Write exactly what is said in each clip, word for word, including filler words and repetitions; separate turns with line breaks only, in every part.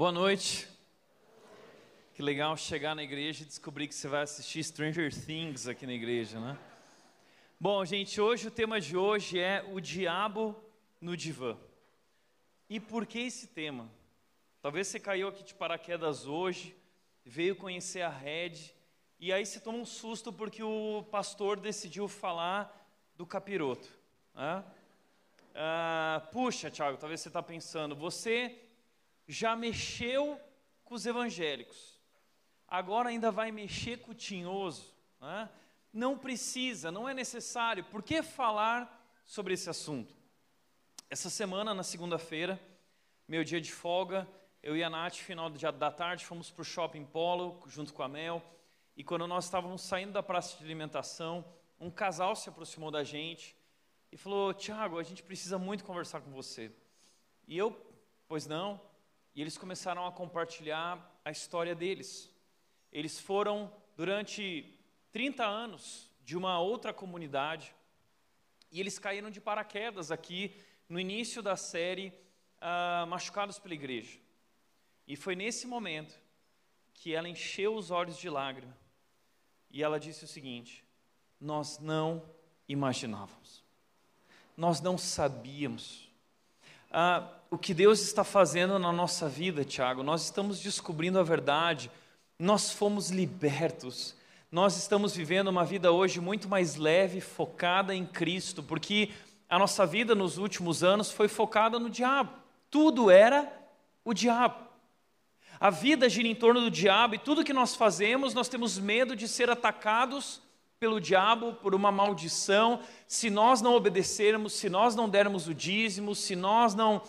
Boa noite. Que legal chegar na igreja e descobrir que você vai assistir Stranger Things aqui na igreja, né? Bom, gente, hoje o tema de hoje é o diabo no divã. E por que esse tema? Talvez você caiu aqui de paraquedas hoje, veio conhecer a Red, e aí você toma um susto porque o pastor decidiu falar do capiroto, né? Ah, puxa, Thiago, talvez você está pensando, você já mexeu com os evangélicos, agora ainda vai mexer com o tinhoso, né? Não precisa, não é necessário. Por que falar sobre esse assunto? Essa semana, na segunda-feira, meu dia de folga, eu e a Nath, final da tarde, fomos para o Shopping Polo, junto com a Mel, e quando nós estávamos saindo da praça de alimentação, um casal se aproximou da gente e falou: Thiago, a gente precisa muito conversar com você. E eu, pois não, e eles começaram a compartilhar a história deles. Eles foram, durante trinta anos, de uma outra comunidade, e eles caíram de paraquedas aqui, no início da série, uh, Machucados pela Igreja. E foi nesse momento que ela encheu os olhos de lágrima, e ela disse o seguinte: nós não imaginávamos, nós não sabíamos. Ah, o que Deus está fazendo na nossa vida, Tiago, nós estamos descobrindo a verdade, nós fomos libertos, nós estamos vivendo uma vida hoje muito mais leve, focada em Cristo, porque a nossa vida nos últimos anos foi focada no diabo, tudo era o diabo, a vida gira em torno do diabo, e tudo que nós fazemos, nós temos medo de ser atacados pelo diabo, por uma maldição, se nós não obedecermos, se nós não dermos o dízimo, se nós não...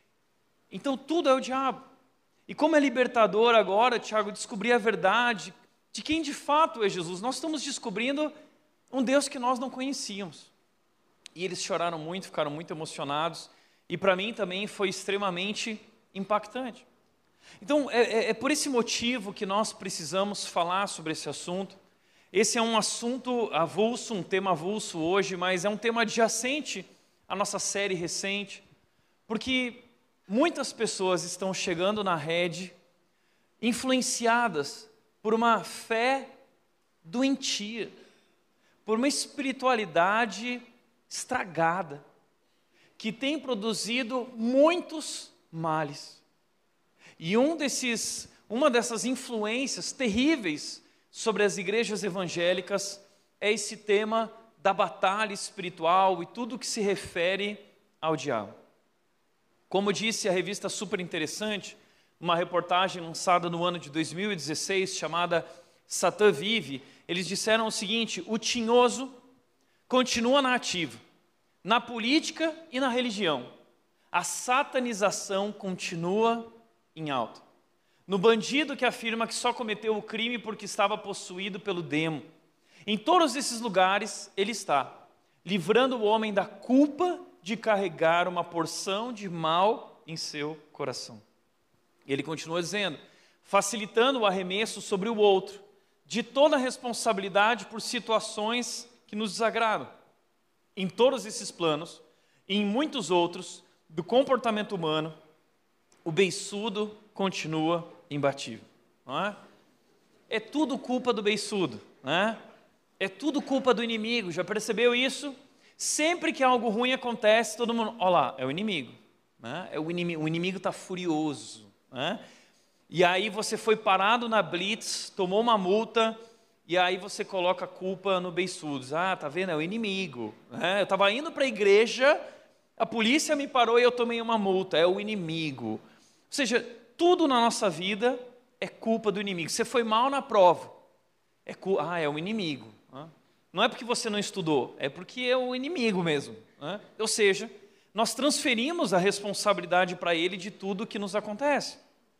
Então tudo é o diabo. E como é libertador agora, Tiago, descobrir a verdade de quem de fato é Jesus. Nós estamos descobrindo um Deus que nós não conhecíamos. E eles choraram muito, ficaram muito emocionados, e para mim também foi extremamente impactante. Então é, é, é por esse motivo que nós precisamos falar sobre esse assunto. Esse é um assunto avulso, um tema avulso hoje, mas é um tema adjacente à nossa série recente, porque muitas pessoas estão chegando na rede influenciadas por uma fé doentia, por uma espiritualidade estragada, que tem produzido muitos males. E um desses, uma dessas influências terríveis sobre as igrejas evangélicas é esse tema da batalha espiritual e tudo que se refere ao diabo. Como disse a revista Super Interessante, uma reportagem lançada no ano de dois mil e dezesseis, chamada Satã Vive, eles disseram o seguinte: o tinhoso continua na ativa, na política e na religião. A satanização continua em alta. No bandido que afirma que só cometeu o crime porque estava possuído pelo demo. Em todos esses lugares ele está, livrando o homem da culpa de carregar uma porção de mal em seu coração. Ele continua dizendo, facilitando o arremesso sobre o outro, de toda a responsabilidade por situações que nos desagradam. Em todos esses planos, e em muitos outros, do comportamento humano, o beiçudo continua imbatível, não é? É tudo culpa do beiçudo, né? É tudo culpa do inimigo, já percebeu isso? Sempre que algo ruim acontece, todo mundo, olha lá, é o inimigo, né? É o inimigo, o inimigo está furioso, né? E aí você foi parado na blitz, tomou uma multa, e aí você coloca a culpa no beiçudo. Ah, tá vendo? É o inimigo, né? Eu estava indo para a igreja, a polícia me parou e eu tomei uma multa, é o inimigo. Ou seja, tudo na nossa vida é culpa do inimigo. Você foi mal na prova, é cu... ah, é o inimigo. Não é porque você não estudou, é porque é o inimigo mesmo, né? Ou seja, nós transferimos a responsabilidade para ele de tudo que nos acontece.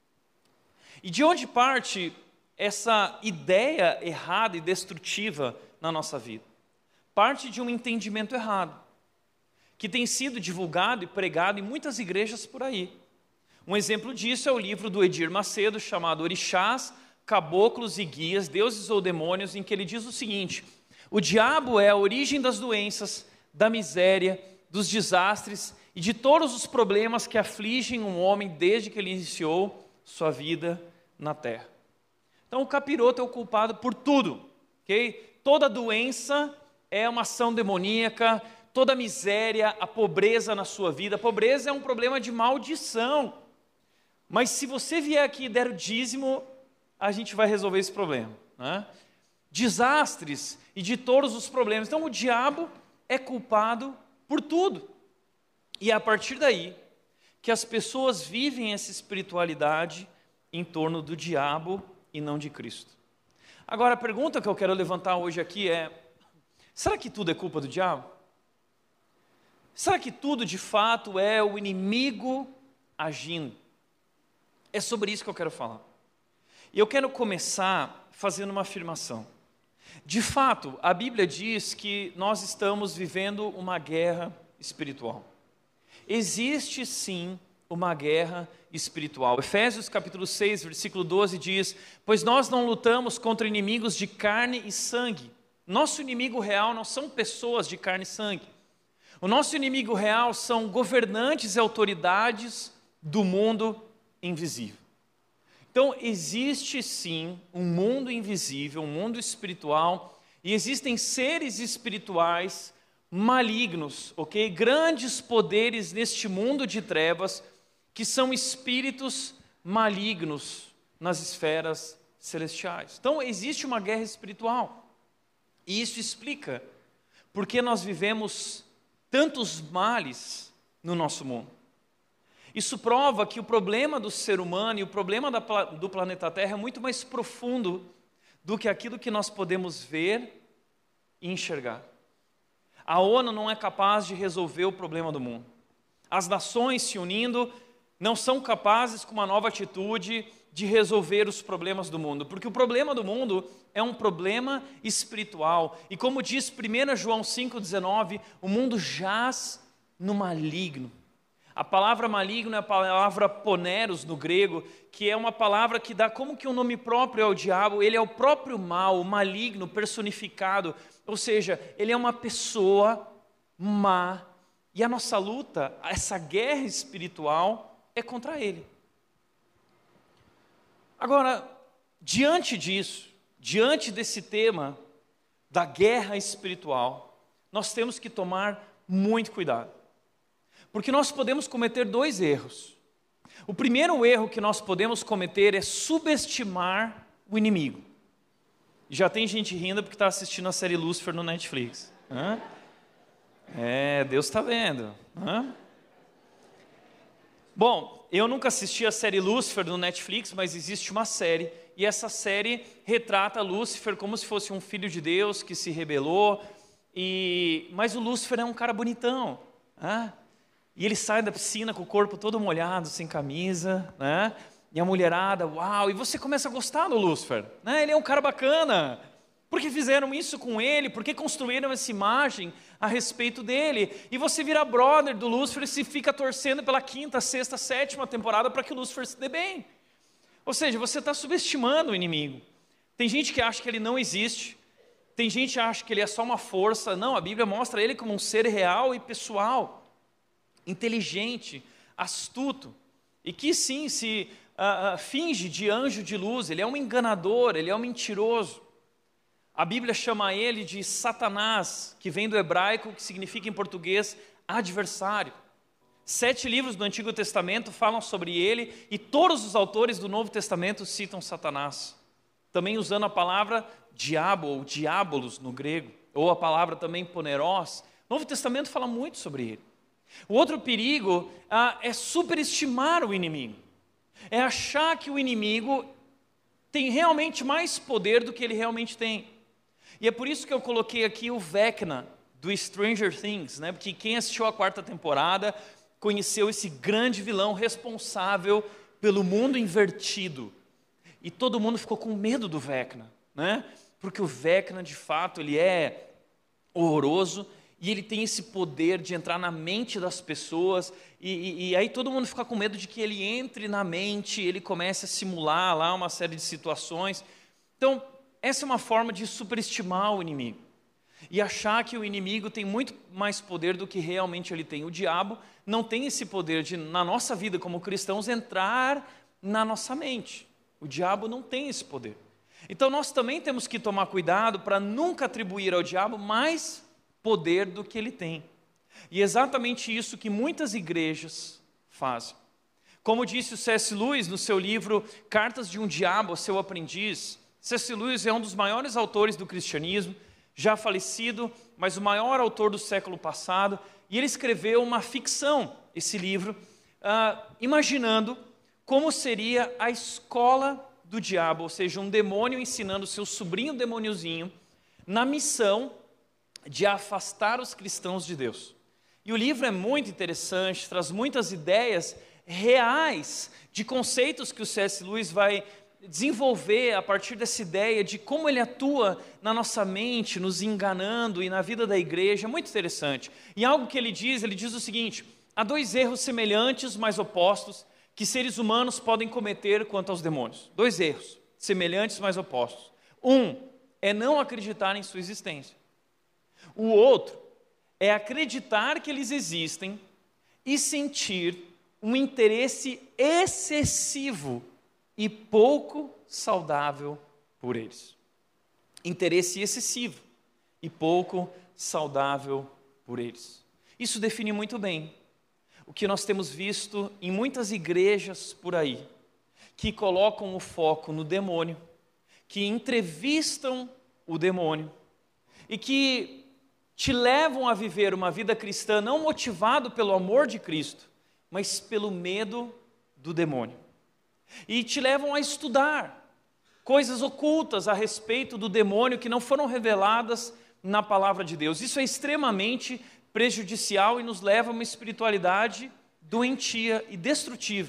E de onde parte essa ideia errada e destrutiva na nossa vida? Parte de um entendimento errado, que tem sido divulgado e pregado em muitas igrejas por aí. Um exemplo disso é o livro do Edir Macedo, chamado Orixás, Caboclos e Guias, Deuses ou Demônios, em que ele diz o seguinte: o diabo é a origem das doenças, da miséria, dos desastres e de todos os problemas que afligem um homem desde que ele iniciou sua vida na terra. Então o capiroto é o culpado por tudo, ok? Toda doença é uma ação demoníaca, toda miséria, a pobreza na sua vida. A pobreza é um problema de maldição. Mas se você vier aqui e der o dízimo, a gente vai resolver esse problema, né? Desastres e de todos os problemas. Então o diabo é culpado por tudo. E é a partir daí que as pessoas vivem essa espiritualidade em torno do diabo e não de Cristo. Agora a pergunta que eu quero levantar hoje aqui é: será que tudo é culpa do diabo? Será que tudo de fato é o inimigo agindo? É sobre isso que eu quero falar. E eu quero começar fazendo uma afirmação. De fato, a Bíblia diz que nós estamos vivendo uma guerra espiritual. Existe sim uma guerra espiritual. Efésios capítulo seis, versículo doze diz: pois nós não lutamos contra inimigos de carne e sangue. Nosso inimigo real não são pessoas de carne e sangue. O nosso inimigo real são governantes e autoridades do mundo invisível. Então, existe sim um mundo invisível, um mundo espiritual, e existem seres espirituais malignos, ok? Grandes poderes neste mundo de trevas, que são espíritos malignos nas esferas celestiais. Então, existe uma guerra espiritual, e isso explica porque nós vivemos tantos males no nosso mundo. Isso prova que o problema do ser humano e o problema da, do planeta Terra é muito mais profundo do que aquilo que nós podemos ver e enxergar. A ONU não é capaz de resolver o problema do mundo. As nações se unindo não são capazes, com uma nova atitude, de resolver os problemas do mundo, porque o problema do mundo é um problema espiritual. E como diz primeiro João cinco, dezenove, o mundo jaz no maligno. A palavra maligno é a palavra poneros no grego, que é uma palavra que dá como que um nome próprio ao diabo. Ele é o próprio mal, o maligno personificado, ou seja, ele é uma pessoa má, e a nossa luta, essa guerra espiritual é contra ele. Agora, diante disso, diante desse tema da guerra espiritual, nós temos que tomar muito cuidado. Porque nós podemos cometer dois erros. O primeiro erro que nós podemos cometer é subestimar o inimigo. Já tem gente rindo porque está assistindo a série Lúcifer no Netflix. Hã? É, Deus está vendo. Hã? Bom, eu nunca assisti a série Lúcifer no Netflix, mas existe uma série, e essa série retrata Lúcifer como se fosse um filho de Deus que se rebelou, e... mas o Lúcifer é um cara bonitão, né? E ele sai da piscina com o corpo todo molhado, sem camisa, né? E a mulherada, uau, e você começa a gostar do Lúcifer, né? Ele é um cara bacana. Por que fizeram isso com ele? Por que construíram essa imagem a respeito dele? E você vira brother do Lúcifer e se fica torcendo pela quinta, sexta, sétima temporada para que o Lúcifer se dê bem. Ou seja, você está subestimando o inimigo. Tem gente que acha que ele não existe. Tem gente que acha que ele é só uma força. Não, a Bíblia mostra ele como um ser real e pessoal, inteligente, astuto, e que sim, se uh, uh, finge de anjo de luz. Ele é um enganador, ele é um mentiroso. A Bíblia chama ele de Satanás, que vem do hebraico, que significa em português adversário. Sete livros do Antigo Testamento falam sobre ele, e todos os autores do Novo Testamento citam Satanás, também usando a palavra diabo ou diabolos no grego, ou a palavra também poneros. O Novo Testamento fala muito sobre ele. O outro perigo ah, é superestimar o inimigo, é achar que o inimigo tem realmente mais poder do que ele realmente tem. E é por isso que eu coloquei aqui o Vecna, do Stranger Things, né? Porque quem assistiu a quarta temporada conheceu esse grande vilão responsável pelo mundo invertido. E todo mundo ficou com medo do Vecna, né? Porque o Vecna, de fato, ele é horroroso, e ele tem esse poder de entrar na mente das pessoas, e, e, e aí todo mundo fica com medo de que ele entre na mente, ele comece a simular lá uma série de situações. Então, essa é uma forma de superestimar o inimigo, e achar que o inimigo tem muito mais poder do que realmente ele tem. O diabo não tem esse poder de, na nossa vida como cristãos, entrar na nossa mente. O diabo não tem esse poder. Então nós também temos que tomar cuidado para nunca atribuir ao diabo mais poder do que ele tem. E é exatamente isso que muitas igrejas fazem. Como disse o C S Lewis no seu livro Cartas de um Diabo ao Seu Aprendiz, C S Lewis é um dos maiores autores do cristianismo, já falecido, mas o maior autor do século passado, e ele escreveu uma ficção, esse livro, uh, imaginando como seria a escola do diabo, ou seja, um demônio ensinando seu sobrinho demôniozinho na missão de afastar os cristãos de Deus. E o livro é muito interessante, traz muitas ideias reais de conceitos que o C S Lewis vai desenvolver a partir dessa ideia de como ele atua na nossa mente, nos enganando e na vida da igreja. É muito interessante. E algo que ele diz, ele diz o seguinte: há dois erros semelhantes, mas opostos, que seres humanos podem cometer quanto aos demônios. Dois erros semelhantes, mas opostos. Um é não acreditar em sua existência. O outro é acreditar que eles existem e sentir um interesse excessivo e pouco saudável por eles. Interesse excessivo e pouco saudável por eles. Isso define muito bem o que nós temos visto em muitas igrejas por aí, que colocam o foco no demônio, que entrevistam o demônio e que te levam a viver uma vida cristã não motivado pelo amor de Cristo, mas pelo medo do demônio. E te levam a estudar coisas ocultas a respeito do demônio que não foram reveladas na palavra de Deus. Isso é extremamente prejudicial e nos leva a uma espiritualidade doentia e destrutiva.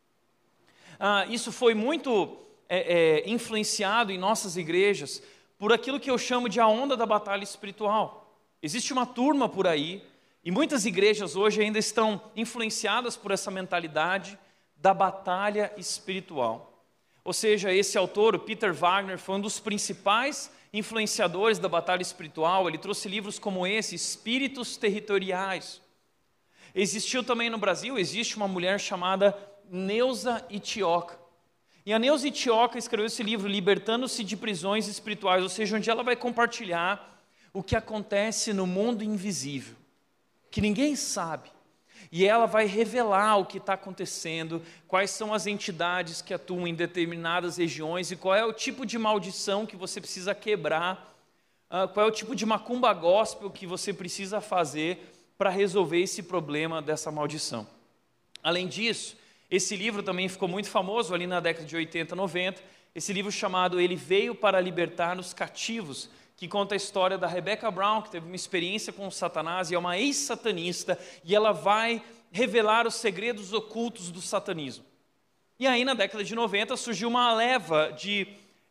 Ah, isso foi muito é, é, influenciado em nossas igrejas por aquilo que eu chamo de a onda da batalha espiritual. Existe uma turma por aí, e muitas igrejas hoje ainda estão influenciadas por essa mentalidade da batalha espiritual. Ou seja, esse autor, o Peter Wagner, foi um dos principais influenciadores da batalha espiritual. Ele trouxe livros como esse, Espíritos Territoriais. Existiu também no Brasil, existe uma mulher chamada Neuza Itioca. E a Neuza Itioca escreveu esse livro, Libertando-se de Prisões Espirituais, ou seja, onde ela vai compartilhar o que acontece no mundo invisível, que ninguém sabe. E ela vai revelar o que está acontecendo, quais são as entidades que atuam em determinadas regiões e qual é o tipo de maldição que você precisa quebrar, uh, qual é o tipo de macumba gospel que você precisa fazer para resolver esse problema dessa maldição. Além disso, esse livro também ficou muito famoso ali na década de oitenta, noventa, esse livro chamado Ele Veio para Libertar os Cativos, que conta a história da Rebecca Brown, que teve uma experiência com o Satanás e é uma ex-satanista, e ela vai revelar os segredos ocultos do satanismo. E aí, na década de noventa, surgiu uma leva de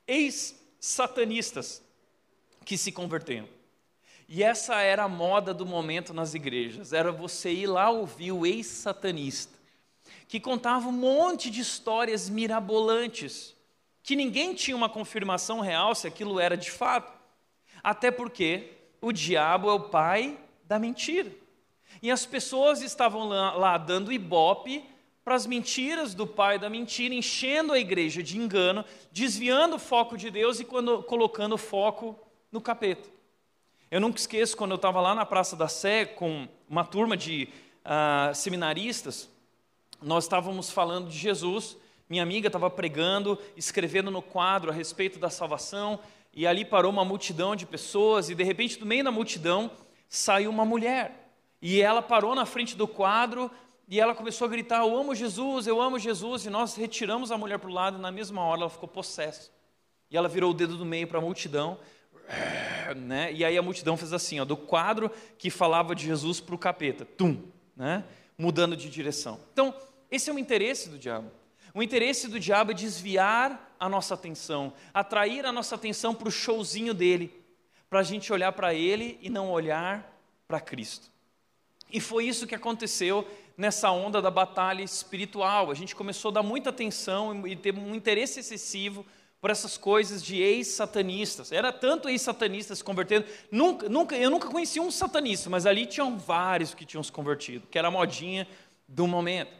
ex-satanistas que se converteram. E essa era a moda do momento nas igrejas, era você ir lá ouvir o ex-satanista, que contava um monte de histórias mirabolantes, que ninguém tinha uma confirmação real se aquilo era de fato. Até porque o diabo é o pai da mentira. E as pessoas estavam lá, lá dando ibope para as mentiras do pai da mentira, enchendo a igreja de engano, desviando o foco de Deus e quando, colocando o foco no capeta. Eu nunca esqueço quando eu estava lá na Praça da Sé com uma turma de uh, seminaristas, nós estávamos falando de Jesus, minha amiga estava pregando, escrevendo no quadro a respeito da salvação, e ali parou uma multidão de pessoas, e de repente, do meio da multidão, saiu uma mulher. E ela parou na frente do quadro, e ela começou a gritar, eu amo Jesus, eu amo Jesus, e nós retiramos a mulher para o lado, e na mesma hora ela ficou possessa. E ela virou o dedo do meio para a multidão, né? E aí a multidão fez assim, ó, do quadro que falava de Jesus para o capeta, tum, né? Mudando de direção. Então, esse é o interesse do diabo. O interesse do diabo é desviar a nossa atenção, atrair a nossa atenção para o showzinho dele, para a gente olhar para ele e não olhar para Cristo. E foi isso que aconteceu nessa onda da batalha espiritual. A gente começou a dar muita atenção e ter um interesse excessivo por essas coisas de ex-satanistas. Era tanto ex-satanistas se convertendo. Nunca, nunca, eu nunca conheci um satanista, mas ali tinham vários que tinham se convertido, que era a modinha do momento.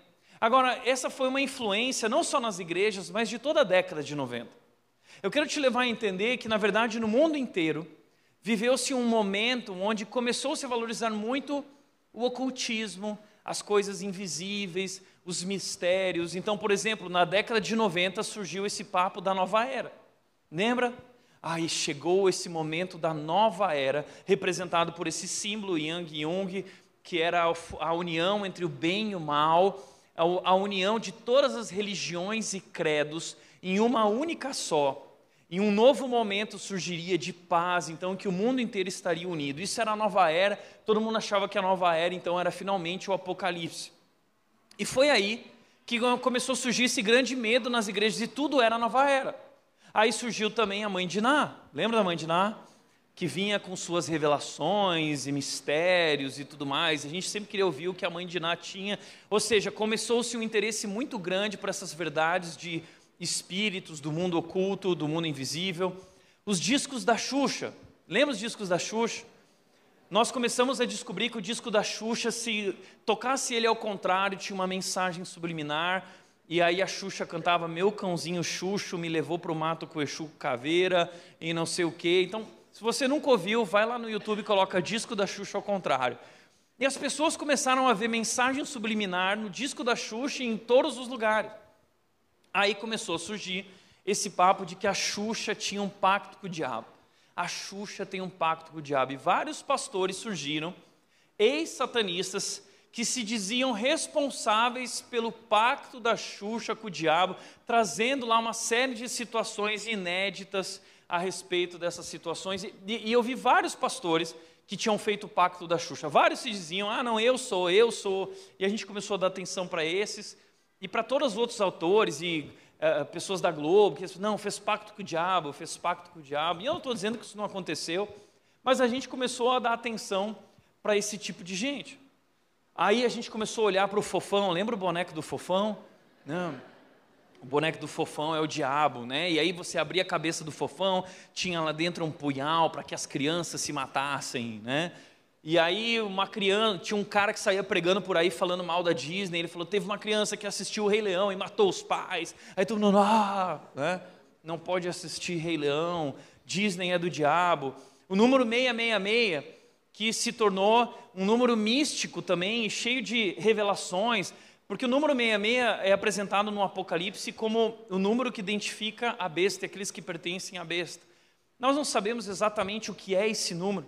Agora, essa foi uma influência não só nas igrejas, mas de toda a década de noventa. Eu quero te levar a entender que, na verdade, no mundo inteiro, viveu-se um momento onde começou-se a valorizar muito o ocultismo, as coisas invisíveis, os mistérios. Então, por exemplo, na década de noventa surgiu esse papo da nova era. Lembra? Aí chegou esse momento da nova era, representado por esse símbolo Yang Jung, que era a união entre o bem e o mal, a união de todas as religiões e credos em uma única só. E um novo momento surgiria de paz, então, que o mundo inteiro estaria unido. Isso era a nova era, todo mundo achava que a nova era, então, era finalmente o Apocalipse. E foi aí que começou a surgir esse grande medo nas igrejas, e tudo era a nova era. Aí surgiu também a mãe de Ná, lembra da mãe de Ná? Que vinha com suas revelações e mistérios e tudo mais. A gente sempre queria ouvir o que a mãe de Ná tinha. Ou seja, começou-se um interesse muito grande por essas verdades de espíritos, do mundo oculto, do mundo invisível. Os discos da Xuxa, lembra os discos da Xuxa? Nós começamos a descobrir que o disco da Xuxa, se tocasse ele ao contrário, tinha uma mensagem subliminar, e aí a Xuxa cantava, meu cãozinho Xuxo me levou para o mato com o Exu caveira, e não sei o quê. Então, se você nunca ouviu, vai lá no YouTube e coloca disco da Xuxa ao contrário. E as pessoas começaram a ver mensagem subliminar no disco da Xuxa em todos os lugares. Aí começou a surgir esse papo de que a Xuxa tinha um pacto com o diabo. A Xuxa tem um pacto com o diabo. E vários pastores surgiram, ex-satanistas, que se diziam responsáveis pelo pacto da Xuxa com o diabo, trazendo lá uma série de situações inéditas a respeito dessas situações. E, e eu vi vários pastores que tinham feito o pacto da Xuxa. Vários se diziam, ah, não, eu sou, eu sou. E a gente começou a dar atenção para esses. E para todos os outros autores e uh, pessoas da Globo, que não, fez pacto com o diabo, fez pacto com o diabo. E eu não estou dizendo que isso não aconteceu, mas a gente começou a dar atenção para esse tipo de gente. Aí a gente começou a olhar para o Fofão, lembra o boneco do Fofão? Não, o boneco do Fofão é o diabo, né? E aí você abria a cabeça do Fofão, tinha lá dentro um punhal para que as crianças se matassem, né? E aí uma criança, tinha um cara que saía pregando por aí falando mal da Disney, ele falou, teve uma criança que assistiu o Rei Leão e matou os pais. Aí todo mundo, ah, né? Não pode assistir Rei Leão, Disney é do diabo. O número seiscentos e sessenta e seis, que se tornou um número místico também, cheio de revelações, porque o número seiscentos e sessenta e seis é apresentado no Apocalipse como o número que identifica a besta, aqueles que pertencem à besta. Nós não sabemos exatamente o que é esse número,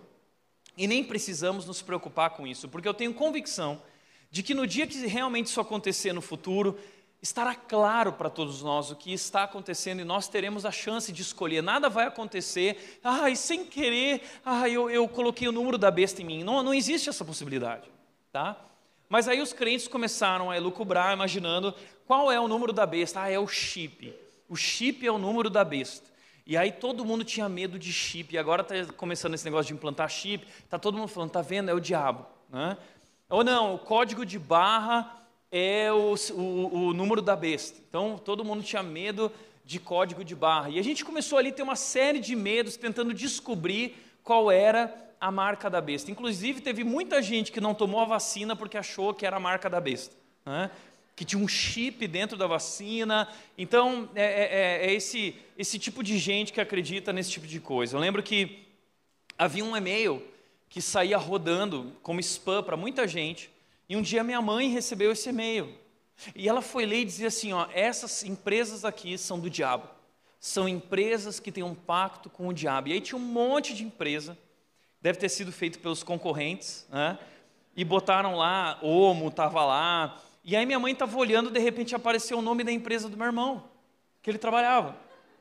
e nem precisamos nos preocupar com isso, porque eu tenho convicção de que no dia que realmente isso acontecer no futuro, estará claro para todos nós o que está acontecendo e nós teremos a chance de escolher. Nada vai acontecer, ai, sem querer, ai, eu, eu coloquei o número da besta em mim. Não, não existe essa possibilidade, tá? Mas aí os crentes começaram a elucubrar, imaginando qual é o número da besta. Ah, é o chip. O chip é o número da besta. E aí todo mundo tinha medo de chip, e agora está começando esse negócio de implantar chip, está todo mundo falando, está vendo, é o diabo, né? Ou não, o código de barra é o, o, o número da besta. Então todo mundo tinha medo de código de barra. E a gente começou ali a ter uma série de medos, tentando descobrir qual era a marca da besta. Inclusive teve muita gente que não tomou a vacina porque achou que era a marca da besta, né? Que tinha um chip dentro da vacina. Então, é, é, é esse, esse tipo de gente que acredita nesse tipo de coisa. Eu lembro que havia um e-mail que saía rodando como spam para muita gente, e um dia minha mãe recebeu esse e-mail. E ela foi ler e dizia assim, ó, essas empresas aqui são do diabo. São empresas que têm um pacto com o diabo. E aí tinha um monte de empresa, deve ter sido feito pelos concorrentes, né? E botaram lá, Omo estava lá. E aí minha mãe estava olhando, de repente apareceu o nome da empresa do meu irmão, que ele trabalhava.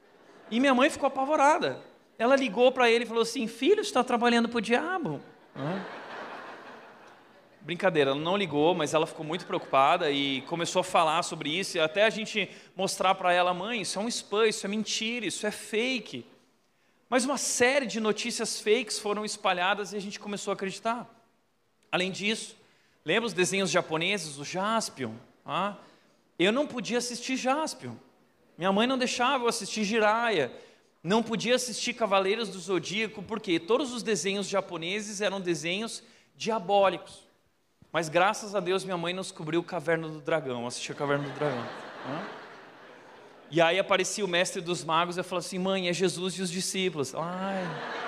E minha mãe ficou apavorada. Ela ligou para ele e falou assim, filho, você está trabalhando para o diabo? Hã? Brincadeira, ela não ligou, mas ela ficou muito preocupada e começou a falar sobre isso, e até a gente mostrar para ela, mãe, isso é um spam, isso é mentira, isso é fake. Mas uma série de notícias fakes foram espalhadas e a gente começou a acreditar. Além disso, lembra os desenhos japoneses, o Jaspion? Ah, eu não podia assistir Jaspion. Minha mãe não deixava eu assistir Jiraiya. Não podia assistir Cavaleiros do Zodíaco, porque todos os desenhos japoneses eram desenhos diabólicos. Mas graças a Deus minha mãe nos cobriu Caverna do Dragão, assistia Caverna do Dragão. Né? E aí aparecia o mestre dos magos e eu falava assim, mãe, é Jesus e os discípulos. Ai.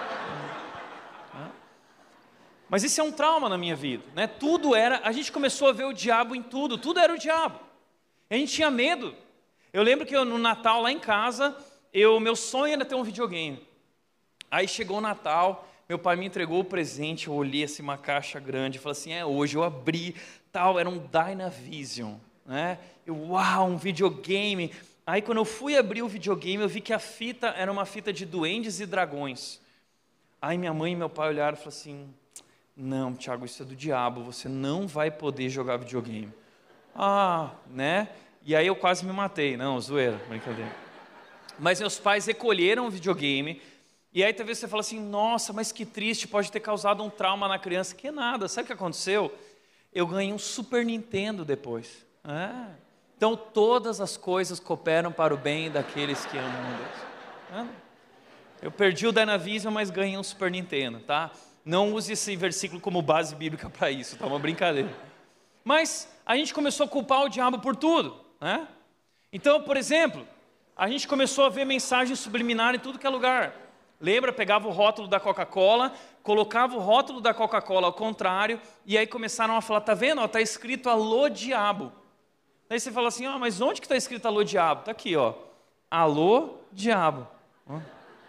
Mas isso é um trauma na minha vida, né? Tudo era, a gente começou a ver o diabo em tudo, tudo era o diabo. A gente tinha medo. Eu lembro que eu, no Natal lá em casa, eu, meu sonho era ter um videogame. Aí chegou o Natal, meu pai me entregou o presente, eu olhei assim uma caixa grande, falei assim, é hoje, eu abri, tal, era um Dynavision, né? Eu, uau, um videogame. Aí quando eu fui abrir o videogame, eu vi que a fita era uma fita de duendes e dragões. Aí minha mãe e meu pai olharam e falaram assim, não, Tiago, isso é do diabo, você não vai poder jogar videogame. Ah, né? E aí eu quase me matei, não, zoeira, brincadeira. Mas meus pais recolheram o videogame, e aí talvez você fala assim, nossa, mas que triste, pode ter causado um trauma na criança. Que nada, sabe o que aconteceu? Eu ganhei um Super Nintendo depois. Ah, então todas as coisas cooperam para o bem daqueles que amam a Deus. Ah, eu perdi o Dynavision, mas ganhei um Super Nintendo, tá? Não use esse versículo como base bíblica para isso, tá uma brincadeira. Mas a gente começou a culpar o diabo por tudo, né? Então, por exemplo, a gente começou a ver mensagens subliminares em tudo que é lugar. Lembra? Pegava o rótulo da Coca-Cola, colocava o rótulo da Coca-Cola ao contrário, e aí começaram a falar, tá vendo? Está escrito alô diabo. Daí você fala assim, ó, mas onde que está escrito alô diabo? Está aqui, ó, alô diabo. Ó.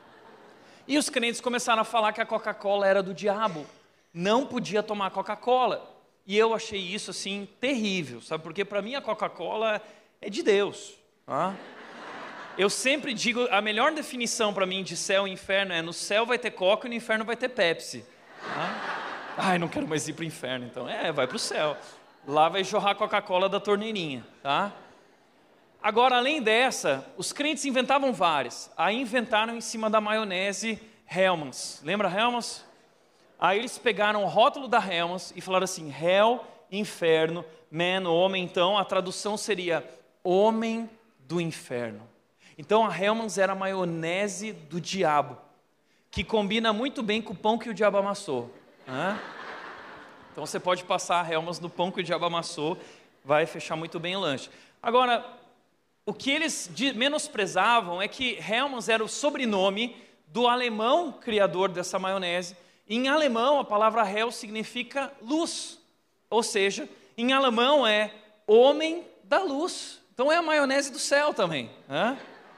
E os crentes começaram a falar que a Coca-Cola era do diabo, não podia tomar Coca-Cola. E eu achei isso assim terrível, sabe? Porque para mim a Coca-Cola é de Deus. Tá? Eu sempre digo, a melhor definição para mim de céu e inferno é no céu vai ter Coca e no inferno vai ter Pepsi. Tá? Ai, não quero mais ir para o inferno, então. É, vai para o céu. Lá vai jorrar Coca-Cola da torneirinha, tá? Agora, além dessa, os crentes inventavam várias. Aí inventaram em cima da maionese Hellmann's. Lembra Hellmann's? Aí eles pegaram o rótulo da Hellmann's e falaram assim, Hell, inferno, man, homem. Então, a tradução seria homem do inferno. Então, a Hellmann's era a maionese do diabo, que combina muito bem com o pão que o diabo amassou. Hã? Então, você pode passar a Hellmann's no pão que o diabo amassou, vai fechar muito bem o lanche. Agora, o que eles menosprezavam é que Hellmann's era o sobrenome do alemão criador dessa maionese. Em alemão, a palavra Hell significa luz. Ou seja, em alemão é homem da luz. Então é a maionese do céu também. Né?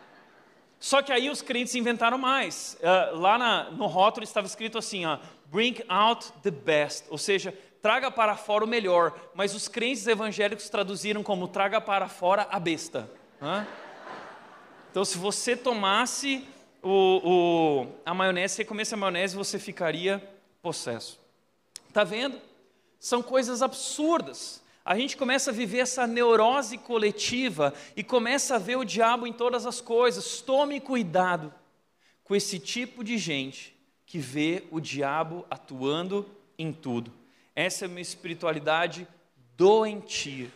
Só que aí os crentes inventaram mais. Uh, lá na, no rótulo estava escrito assim, ó, bring out the best. Ou seja, traga para fora o melhor. Mas os crentes evangélicos traduziram como traga para fora a besta. Hã? Então, se você tomasse o, o, a maionese, se você comesse a maionese, você ficaria possesso. Está vendo? São coisas absurdas. A gente começa a viver essa neurose coletiva e começa a ver o diabo em todas as coisas. Tome cuidado com esse tipo de gente que vê o diabo atuando em tudo. Essa é uma espiritualidade doentia.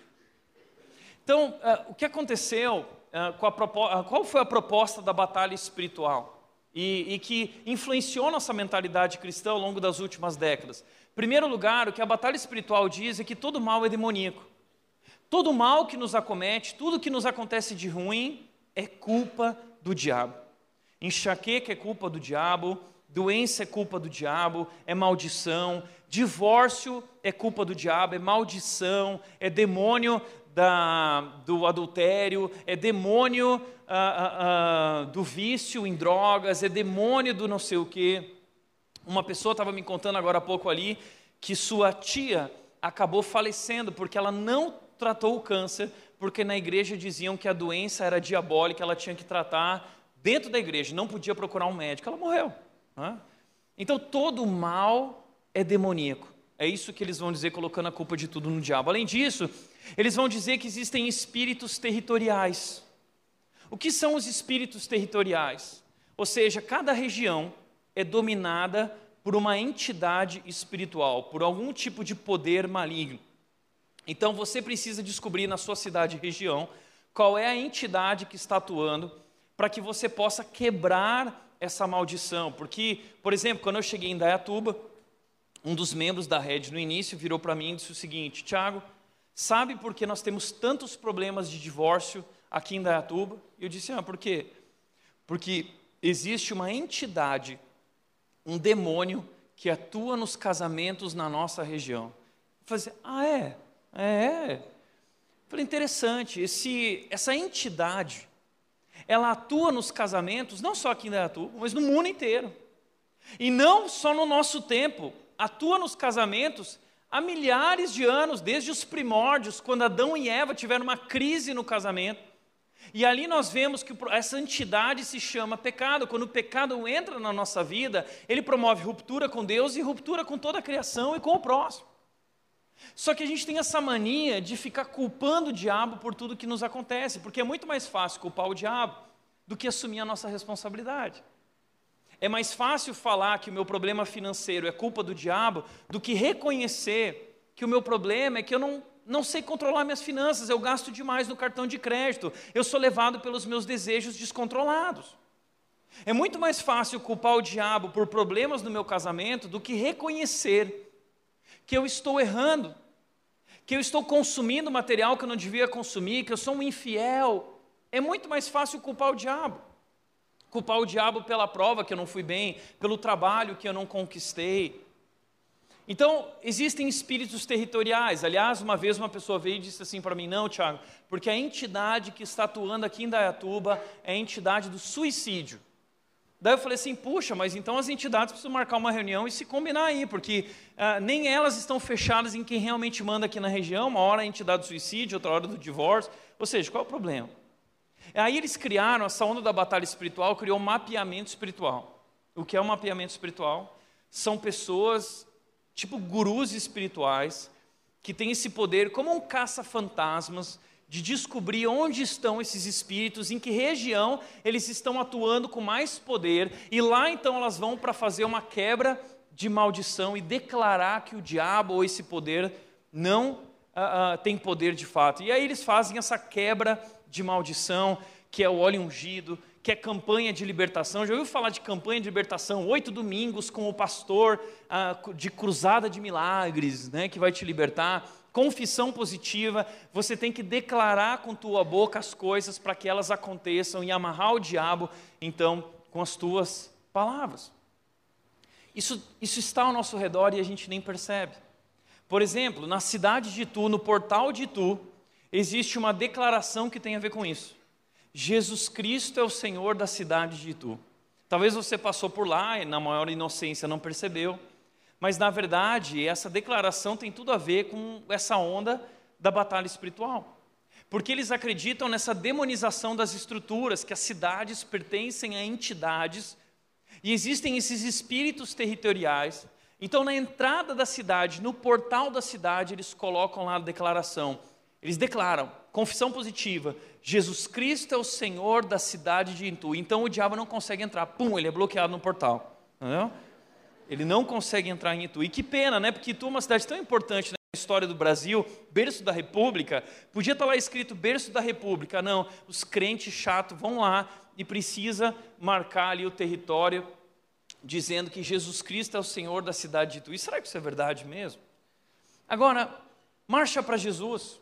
Então, uh, o que aconteceu, uh, com a proposta, uh, qual foi a proposta da batalha espiritual? E, e que influenciou nossa mentalidade cristã ao longo das últimas décadas. Em primeiro lugar, o que a batalha espiritual diz é que todo mal é demoníaco. Todo mal que nos acomete, tudo que nos acontece de ruim, é culpa do diabo. Enxaqueca é culpa do diabo, doença é culpa do diabo, é maldição, divórcio é culpa do diabo, é maldição, é demônio Da, do adultério, é demônio ah, ah, ah, do vício em drogas, é demônio do não sei o quê. Uma pessoa estava me contando agora há pouco ali que sua tia acabou falecendo porque ela não tratou o câncer, porque na igreja diziam que a doença era diabólica, ela tinha que tratar dentro da igreja, não podia procurar um médico, ela morreu. Né? Então todo mal é demoníaco. É isso que eles vão dizer, colocando a culpa de tudo no diabo. Além disso, eles vão dizer que existem espíritos territoriais. O que são os espíritos territoriais? Ou seja, cada região é dominada por uma entidade espiritual, por algum tipo de poder maligno. Então você precisa descobrir na sua cidade e região qual é a entidade que está atuando para que você possa quebrar essa maldição. Porque, por exemplo, quando eu cheguei em Dayatuba, um dos membros da rede no início virou para mim e disse o seguinte: Tiago, sabe por que nós temos tantos problemas de divórcio aqui em Indaiatuba? E eu disse: ah, por quê? Porque existe uma entidade, um demônio que atua nos casamentos na nossa região. Eu falei assim: ah, é? É. Eu falei: interessante, esse, essa entidade, ela atua nos casamentos, não só aqui em Indaiatuba, mas no mundo inteiro. E não só no nosso tempo, atua nos casamentos há milhares de anos, desde os primórdios, quando Adão e Eva tiveram uma crise no casamento. E ali nós vemos que essa entidade se chama pecado. Quando o pecado entra na nossa vida, ele promove ruptura com Deus e ruptura com toda a criação e com o próximo. Só que a gente tem essa mania de ficar culpando o diabo por tudo que nos acontece, porque é muito mais fácil culpar o diabo do que assumir a nossa responsabilidade. É mais fácil falar que o meu problema financeiro é culpa do diabo do que reconhecer que o meu problema é que eu não, não sei controlar minhas finanças, eu gasto demais no cartão de crédito, eu sou levado pelos meus desejos descontrolados. É muito mais fácil culpar o diabo por problemas no meu casamento do que reconhecer que eu estou errando, que eu estou consumindo material que eu não devia consumir, que eu sou um infiel. É muito mais fácil culpar o diabo. Culpar o diabo pela prova que eu não fui bem, pelo trabalho que eu não conquistei. Então, existem espíritos territoriais. Aliás, uma vez uma pessoa veio e disse assim para mim: não, Tiago, porque a entidade que está atuando aqui em Indaiatuba é a entidade do suicídio. Daí eu falei assim: puxa, mas então as entidades precisam marcar uma reunião e se combinar aí, porque ah, nem elas estão fechadas em quem realmente manda aqui na região. Uma hora a entidade do suicídio, outra hora do divórcio. Ou seja, qual é o problema? Aí eles criaram, essa onda da batalha espiritual criou um mapeamento espiritual. O que é um mapeamento espiritual? São pessoas, tipo gurus espirituais, que têm esse poder como um caça-fantasmas, de descobrir onde estão esses espíritos, em que região eles estão atuando com mais poder, e lá então elas vão para fazer uma quebra de maldição e declarar que o diabo ou esse poder não ah, ah, tem poder de fato. E aí eles fazem essa quebra de maldição, que é o óleo ungido, que é campanha de libertação. Já ouviu falar de campanha de libertação? Oito domingos com o pastor ah, de cruzada de milagres, né, que vai te libertar. Confissão positiva, você tem que declarar com tua boca as coisas para que elas aconteçam e amarrar o diabo, então, com as tuas palavras. Isso, isso está ao nosso redor e a gente nem percebe. Por exemplo, na cidade de Itu, no portal de Itu, existe uma declaração que tem a ver com isso. Jesus Cristo é o Senhor da cidade de Itu. Talvez você passou por lá e na maior inocência não percebeu, mas na verdade essa declaração tem tudo a ver com essa onda da batalha espiritual. Porque eles acreditam nessa demonização das estruturas, que as cidades pertencem a entidades e existem esses espíritos territoriais. Então na entrada da cidade, no portal da cidade, eles colocam lá a declaração. Eles declaram, confissão positiva, Jesus Cristo é o Senhor da cidade de Itu. Então o diabo não consegue entrar, pum, ele é bloqueado no portal. Entendeu? Ele não consegue entrar em Itu. E que pena, né? Porque Itu é uma cidade tão importante na história do Brasil, berço da República. Podia estar lá escrito berço da República. Não, os crentes chatos vão lá e precisa marcar ali o território, dizendo que Jesus Cristo é o Senhor da cidade de Itu. E será que isso é verdade mesmo? Agora, marcha para Jesus.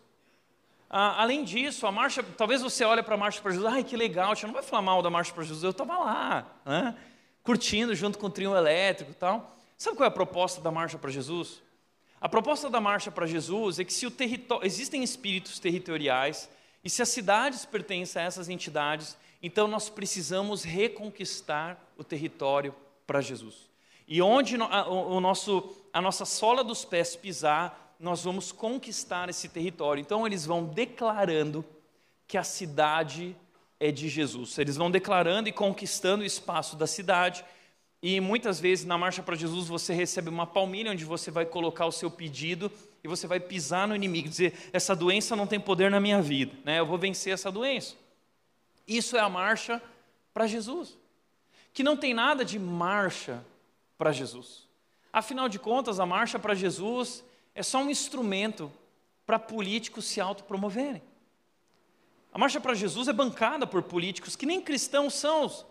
Ah, além disso, a marcha, talvez você olhe para a marcha para Jesus, ai que legal, você não vai falar mal da marcha para Jesus, eu estava lá, né? Curtindo junto com o trio elétrico e tal. Sabe qual é a proposta da marcha para Jesus? A proposta da marcha para Jesus é que se o território, existem espíritos territoriais e se as cidades pertencem a essas entidades, então nós precisamos reconquistar o território para Jesus. E onde a, o nosso, a nossa sola dos pés pisar, nós vamos conquistar esse território. Então eles vão declarando que a cidade é de Jesus. Eles vão declarando e conquistando o espaço da cidade. E muitas vezes na marcha para Jesus você recebe uma palmilha onde você vai colocar o seu pedido e você vai pisar no inimigo, dizer, essa doença não tem poder na minha vida, né? Eu vou vencer essa doença. Isso é a marcha para Jesus, que não tem nada de marcha para Jesus. Afinal de contas, a marcha para Jesus é só um instrumento para políticos se autopromoverem. A marcha para Jesus é bancada por políticos que nem cristãos são.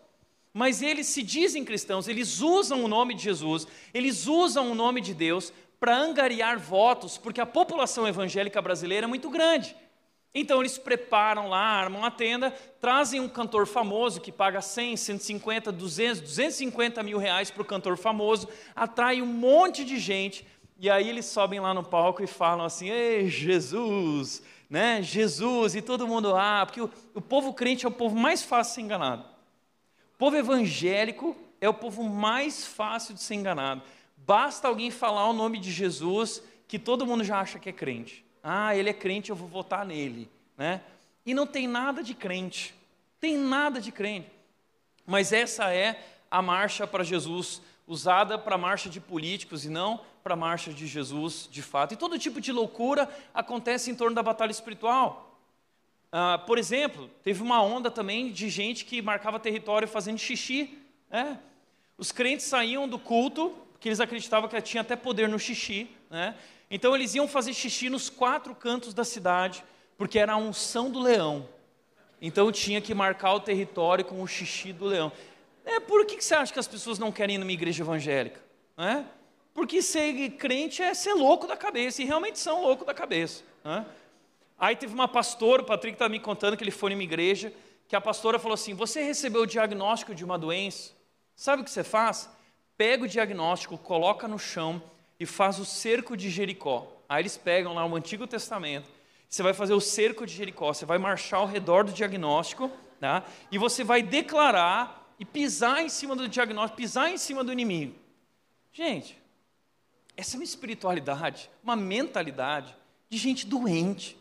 mas eles se dizem cristãos, eles usam o nome de Jesus, eles usam o nome de Deus para angariar votos, porque a população evangélica brasileira é muito grande. Então eles preparam lá, armam a tenda, trazem um cantor famoso que paga cem, cento e cinquenta, duzentos, duzentos e cinquenta mil reais para o cantor famoso, atrai um monte de gente, e aí eles sobem lá no palco e falam assim, ei, Jesus, né, Jesus, e todo mundo, ah, porque o, o povo crente é o povo mais fácil de ser enganado. O povo evangélico é o povo mais fácil de ser enganado. Basta alguém falar o nome de Jesus que todo mundo já acha que é crente. Ah, ele é crente, eu vou votar nele, né? E não tem nada de crente, tem nada de crente. Mas essa é a marcha para Jesus, usada para a marcha de políticos e não para a marcha de Jesus, de fato. E todo tipo de loucura acontece em torno da batalha espiritual. Ah, por exemplo, teve uma onda também de gente que marcava território fazendo xixi, né? Os crentes saíam do culto, porque eles acreditavam que tinha até poder no xixi, né? Então eles iam fazer xixi nos quatro cantos da cidade, porque era a unção do leão. Então tinha que marcar o território com o xixi do leão. É, por que você acha que as pessoas não querem ir numa igreja evangélica? Né? Porque ser crente é ser louco da cabeça, e realmente são loucos da cabeça. Né? Aí teve uma pastora, o Patrick está me contando que ele foi numa igreja, que a pastora falou assim, você recebeu o diagnóstico de uma doença, sabe o que você faz? Pega o diagnóstico, coloca no chão, e faz o cerco de Jericó. Aí eles pegam lá o Antigo Testamento, você vai fazer o cerco de Jericó, você vai marchar ao redor do diagnóstico, tá? E você vai declarar e pisar em cima do diagnóstico, pisar em cima do inimigo. Gente, essa é uma espiritualidade, uma mentalidade de gente doente.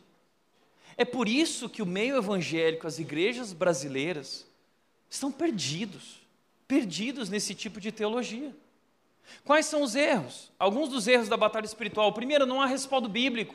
É por isso que o meio evangélico, as igrejas brasileiras, estão perdidos, perdidos nesse tipo de teologia. Quais são os erros? Alguns dos erros da batalha espiritual. Primeiro, não há respaldo bíblico.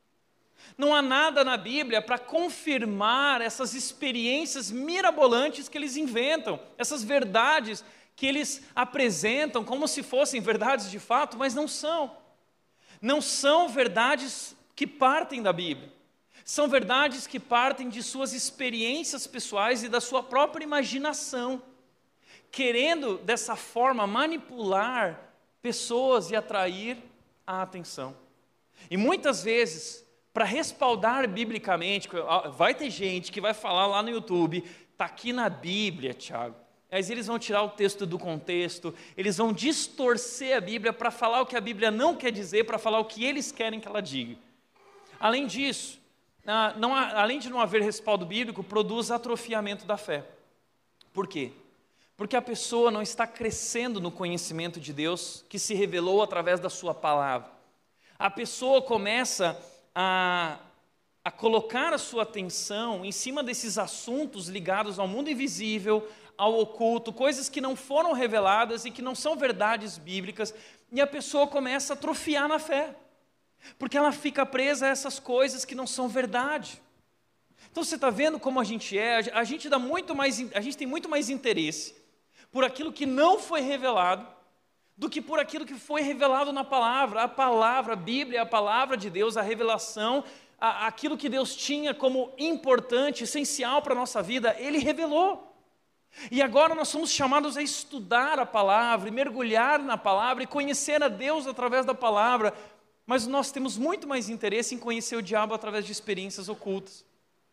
Não há nada na Bíblia para confirmar essas experiências mirabolantes que eles inventam, essas verdades que eles apresentam como se fossem verdades de fato, mas não são. Não são verdades que partem da Bíblia. São verdades que partem de suas experiências pessoais e da sua própria imaginação, querendo dessa forma manipular pessoas e atrair a atenção. E muitas vezes, para respaldar biblicamente, vai ter gente que vai falar lá no YouTube, está aqui na Bíblia, Tiago. Mas eles vão tirar o texto do contexto, eles vão distorcer a Bíblia para falar o que a Bíblia não quer dizer, para falar o que eles querem que ela diga. Além disso, não há, além de não haver respaldo bíblico, produz atrofiamento da fé. Por quê? Porque a pessoa não está crescendo no conhecimento de Deus que se revelou através da sua palavra. A pessoa começa a, a colocar a sua atenção em cima desses assuntos ligados ao mundo invisível, ao oculto, coisas que não foram reveladas e que não são verdades bíblicas, e a pessoa começa a atrofiar na fé, porque ela fica presa a essas coisas que não são verdade. Então você está vendo como a gente é, a gente, dá muito mais, a gente tem muito mais interesse por aquilo que não foi revelado, do que por aquilo que foi revelado na palavra. A palavra, a Bíblia, a palavra de Deus, a revelação, a, aquilo que Deus tinha como importante, essencial para a nossa vida, Ele revelou. E agora nós somos chamados a estudar a palavra, e mergulhar na palavra, e conhecer a Deus através da palavra, mas nós temos muito mais interesse em conhecer o diabo através de experiências ocultas.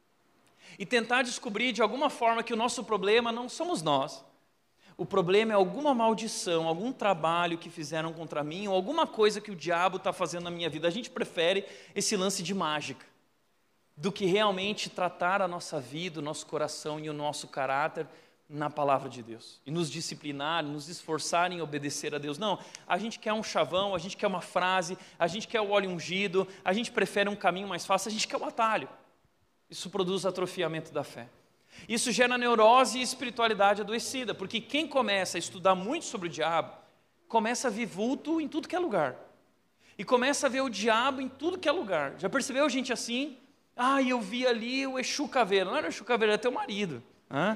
E tentar descobrir de alguma forma que o nosso problema não somos nós. O problema é alguma maldição, algum trabalho que fizeram contra mim, ou alguma coisa que o diabo está fazendo na minha vida. A gente prefere esse lance de mágica, do que realmente tratar a nossa vida, o nosso coração e o nosso caráter na palavra de Deus. E nos disciplinar, nos esforçar em obedecer a Deus. Não, a gente quer um chavão, a gente quer uma frase, a gente quer o óleo ungido, a gente prefere um caminho mais fácil, a gente quer o atalho. Isso produz atrofiamento da fé. Isso gera neurose e espiritualidade adoecida, porque quem começa a estudar muito sobre o diabo, começa a ver vulto em tudo que é lugar. E começa a ver o diabo em tudo que é lugar. Já percebeu gente assim? Ah, eu vi ali o Exu Caveira. Não era o Exu Caveira, era teu marido. Hã?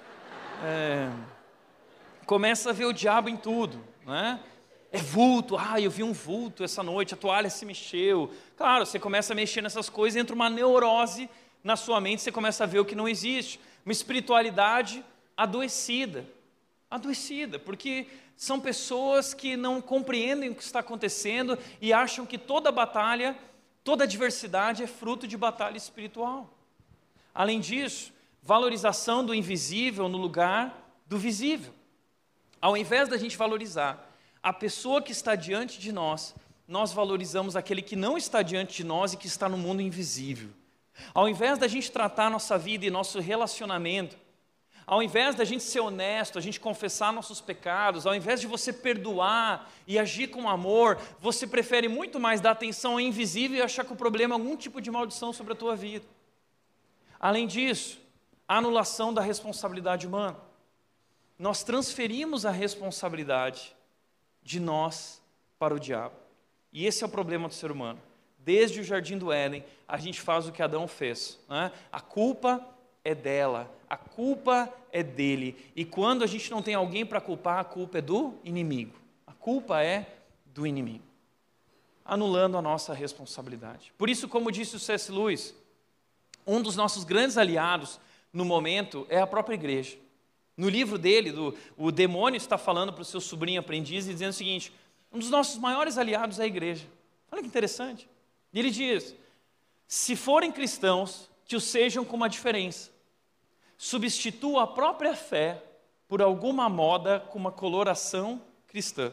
É, começa a ver o diabo em tudo. Né? É vulto. Ah, eu vi um vulto essa noite, a toalha se mexeu. Claro, você começa a mexer nessas coisas, entra uma neurose na sua mente, você começa a ver o que não existe. Uma espiritualidade adoecida. adoecida, porque são pessoas que não compreendem o que está acontecendo e acham que toda batalha, toda adversidade é fruto de batalha espiritual. Além disso, valorização do invisível no lugar do visível. Ao invés da gente valorizar a pessoa que está diante de nós, nós valorizamos aquele que não está diante de nós e que está no mundo invisível. Ao invés da gente tratar nossa vida e nosso relacionamento, ao invés da gente ser honesto, a gente confessar nossos pecados, ao invés de você perdoar e agir com amor, você prefere muito mais dar atenção ao invisível e achar que o problema é algum tipo de maldição sobre a tua vida. Além disso, a anulação da responsabilidade humana. Nós transferimos a responsabilidade de nós para o diabo. E esse é o problema do ser humano. Desde o jardim do Éden, a gente faz o que Adão fez, né? A culpa é dela, a culpa é dele. E quando a gente não tem alguém para culpar, a culpa é do inimigo. A culpa é do inimigo. Anulando a nossa responsabilidade. Por isso, como disse o C S Lewis, um dos nossos grandes aliados no momento é a própria igreja. No livro dele, do, o demônio está falando para o seu sobrinho aprendiz e dizendo o seguinte: um dos nossos maiores aliados é a igreja. Olha que interessante. E ele diz: se forem cristãos, que o sejam com uma diferença. Substitua a própria fé por alguma moda com uma coloração cristã.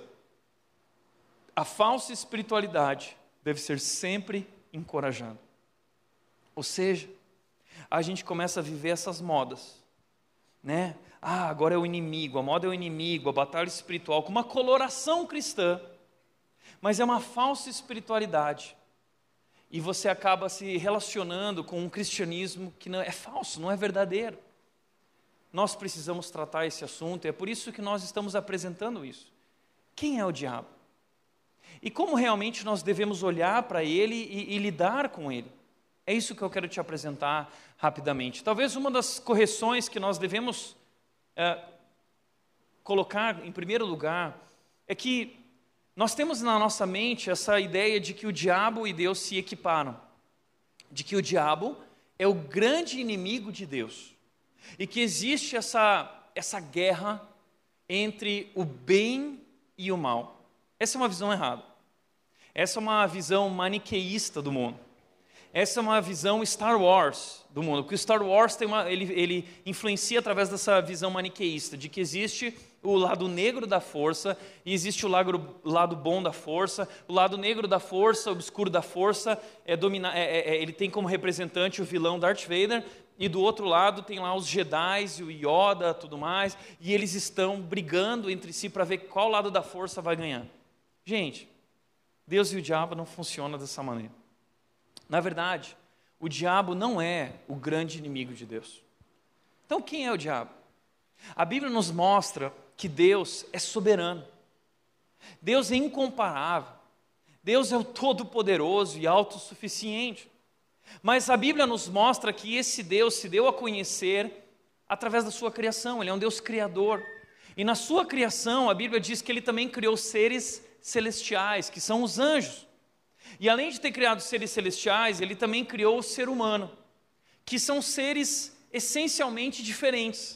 A falsa espiritualidade deve ser sempre encorajada. Ou seja, a gente começa a viver essas modas, né? Ah, agora é o inimigo, a moda é o inimigo, a batalha espiritual, com uma coloração cristã, mas é uma falsa espiritualidade. E você acaba se relacionando com um cristianismo que não é falso, não é verdadeiro. Nós precisamos tratar esse assunto, e é por isso que nós estamos apresentando isso. Quem é o diabo? E como realmente nós devemos olhar para ele e, e lidar com ele? É isso que eu quero te apresentar rapidamente. Talvez uma das correções que nós devemos é, colocar em primeiro lugar é que nós temos na nossa mente essa ideia de que o diabo e Deus se equiparam, de que o diabo é o grande inimigo de Deus e que existe essa, essa guerra entre o bem e o mal. Essa é uma visão errada. Essa é uma visão maniqueísta do mundo. Essa é uma visão Star Wars do mundo, porque o Star Wars tem uma, ele, ele influencia através dessa visão maniqueísta, de que existe o lado negro da força e existe o lado, lado bom da força. O lado negro da força, o obscuro da força, é domina, é, é, ele tem como representante o vilão Darth Vader, e do outro lado tem lá os Jedi e o Yoda, tudo mais, e eles estão brigando entre si para ver qual lado da força vai ganhar. Gente, Deus e o diabo não funcionam dessa maneira. Na verdade, o diabo não é o grande inimigo de Deus. Então, quem é o diabo? A Bíblia nos mostra que Deus é soberano. Deus é incomparável. Deus é o todo-poderoso e autossuficiente. Mas a Bíblia nos mostra que esse Deus se deu a conhecer através da sua criação. Ele é um Deus criador. E na sua criação, a Bíblia diz que Ele também criou seres celestiais, que são os anjos. E além de ter criado seres celestiais, Ele também criou o ser humano, que são seres essencialmente diferentes.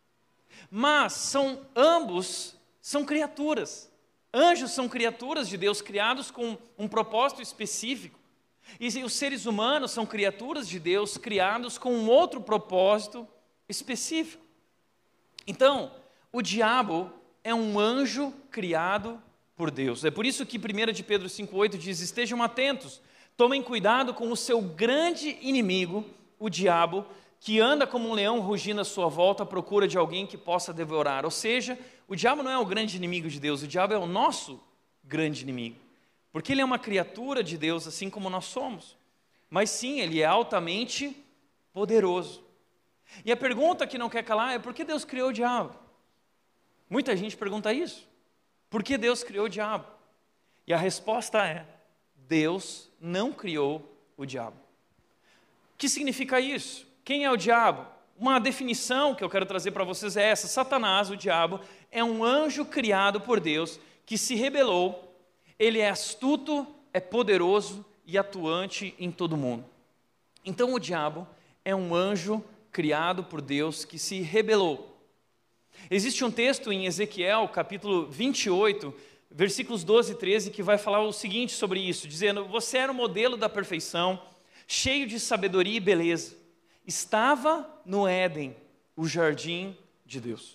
Mas são ambos são criaturas. Anjos são criaturas de Deus criados com um propósito específico. E os seres humanos são criaturas de Deus criados com um outro propósito específico. Então, o diabo é um anjo criado por Deus. É por isso que primeira de Pedro cinco oito diz: estejam atentos, tomem cuidado com o seu grande inimigo, o diabo, que anda como um leão rugindo à sua volta à procura de alguém que possa devorar. Ou seja, o diabo não é o grande inimigo de Deus, o diabo é o nosso grande inimigo. Porque ele é uma criatura de Deus, assim como nós somos. Mas sim, ele é altamente poderoso. E a pergunta que não quer calar é: por que Deus criou o diabo? Muita gente pergunta isso. Por que Deus criou o diabo? E a resposta é: Deus não criou o diabo. O que significa isso? Quem é o diabo? Uma definição que eu quero trazer para vocês é essa: Satanás, o diabo, é um anjo criado por Deus que se rebelou. Ele é astuto, é poderoso e atuante em todo mundo. Então o diabo é um anjo criado por Deus que se rebelou. Existe um texto em Ezequiel, capítulo vinte e oito, versículos doze e treze, que vai falar o seguinte sobre isso, dizendo: você era o modelo da perfeição, cheio de sabedoria e beleza. Estava no Éden, o jardim de Deus.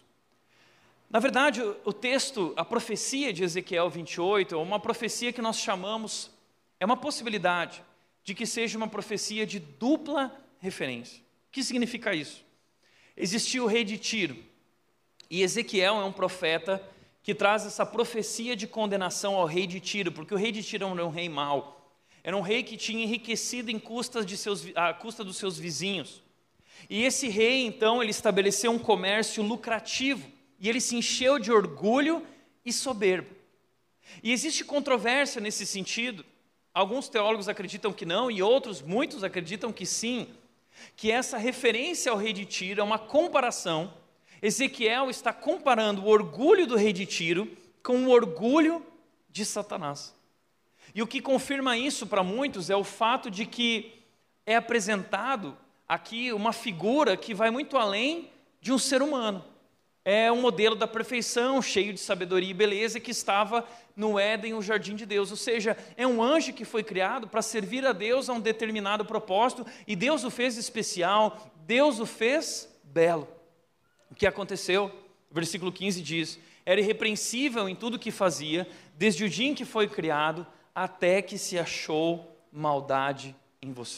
Na verdade, o texto, a profecia de Ezequiel vinte e oito, é uma profecia que nós chamamos, é uma possibilidade de que seja uma profecia de dupla referência. O que significa isso? Existia o rei de Tiro, e Ezequiel é um profeta que traz essa profecia de condenação ao rei de Tiro, porque o rei de Tiro era um rei mau, era um rei que tinha enriquecido em custas de seus, à custa dos seus vizinhos. E esse rei, então, ele estabeleceu um comércio lucrativo, e ele se encheu de orgulho e soberba. E existe controvérsia nesse sentido. Alguns teólogos acreditam que não, e outros, muitos acreditam que sim, que essa referência ao rei de Tiro é uma comparação. Ezequiel está comparando o orgulho do rei de Tiro com o orgulho de Satanás. E o que confirma isso para muitos é o fato de que é apresentado aqui uma figura que vai muito além de um ser humano. É um modelo da perfeição, cheio de sabedoria e beleza, que estava no Éden, o jardim de Deus. Ou seja, é um anjo que foi criado para servir a Deus a um determinado propósito, e Deus o fez especial, Deus o fez belo. O que aconteceu? O versículo quinze diz: era irrepreensível em tudo o que fazia, desde o dia em que foi criado, até que se achou maldade em você.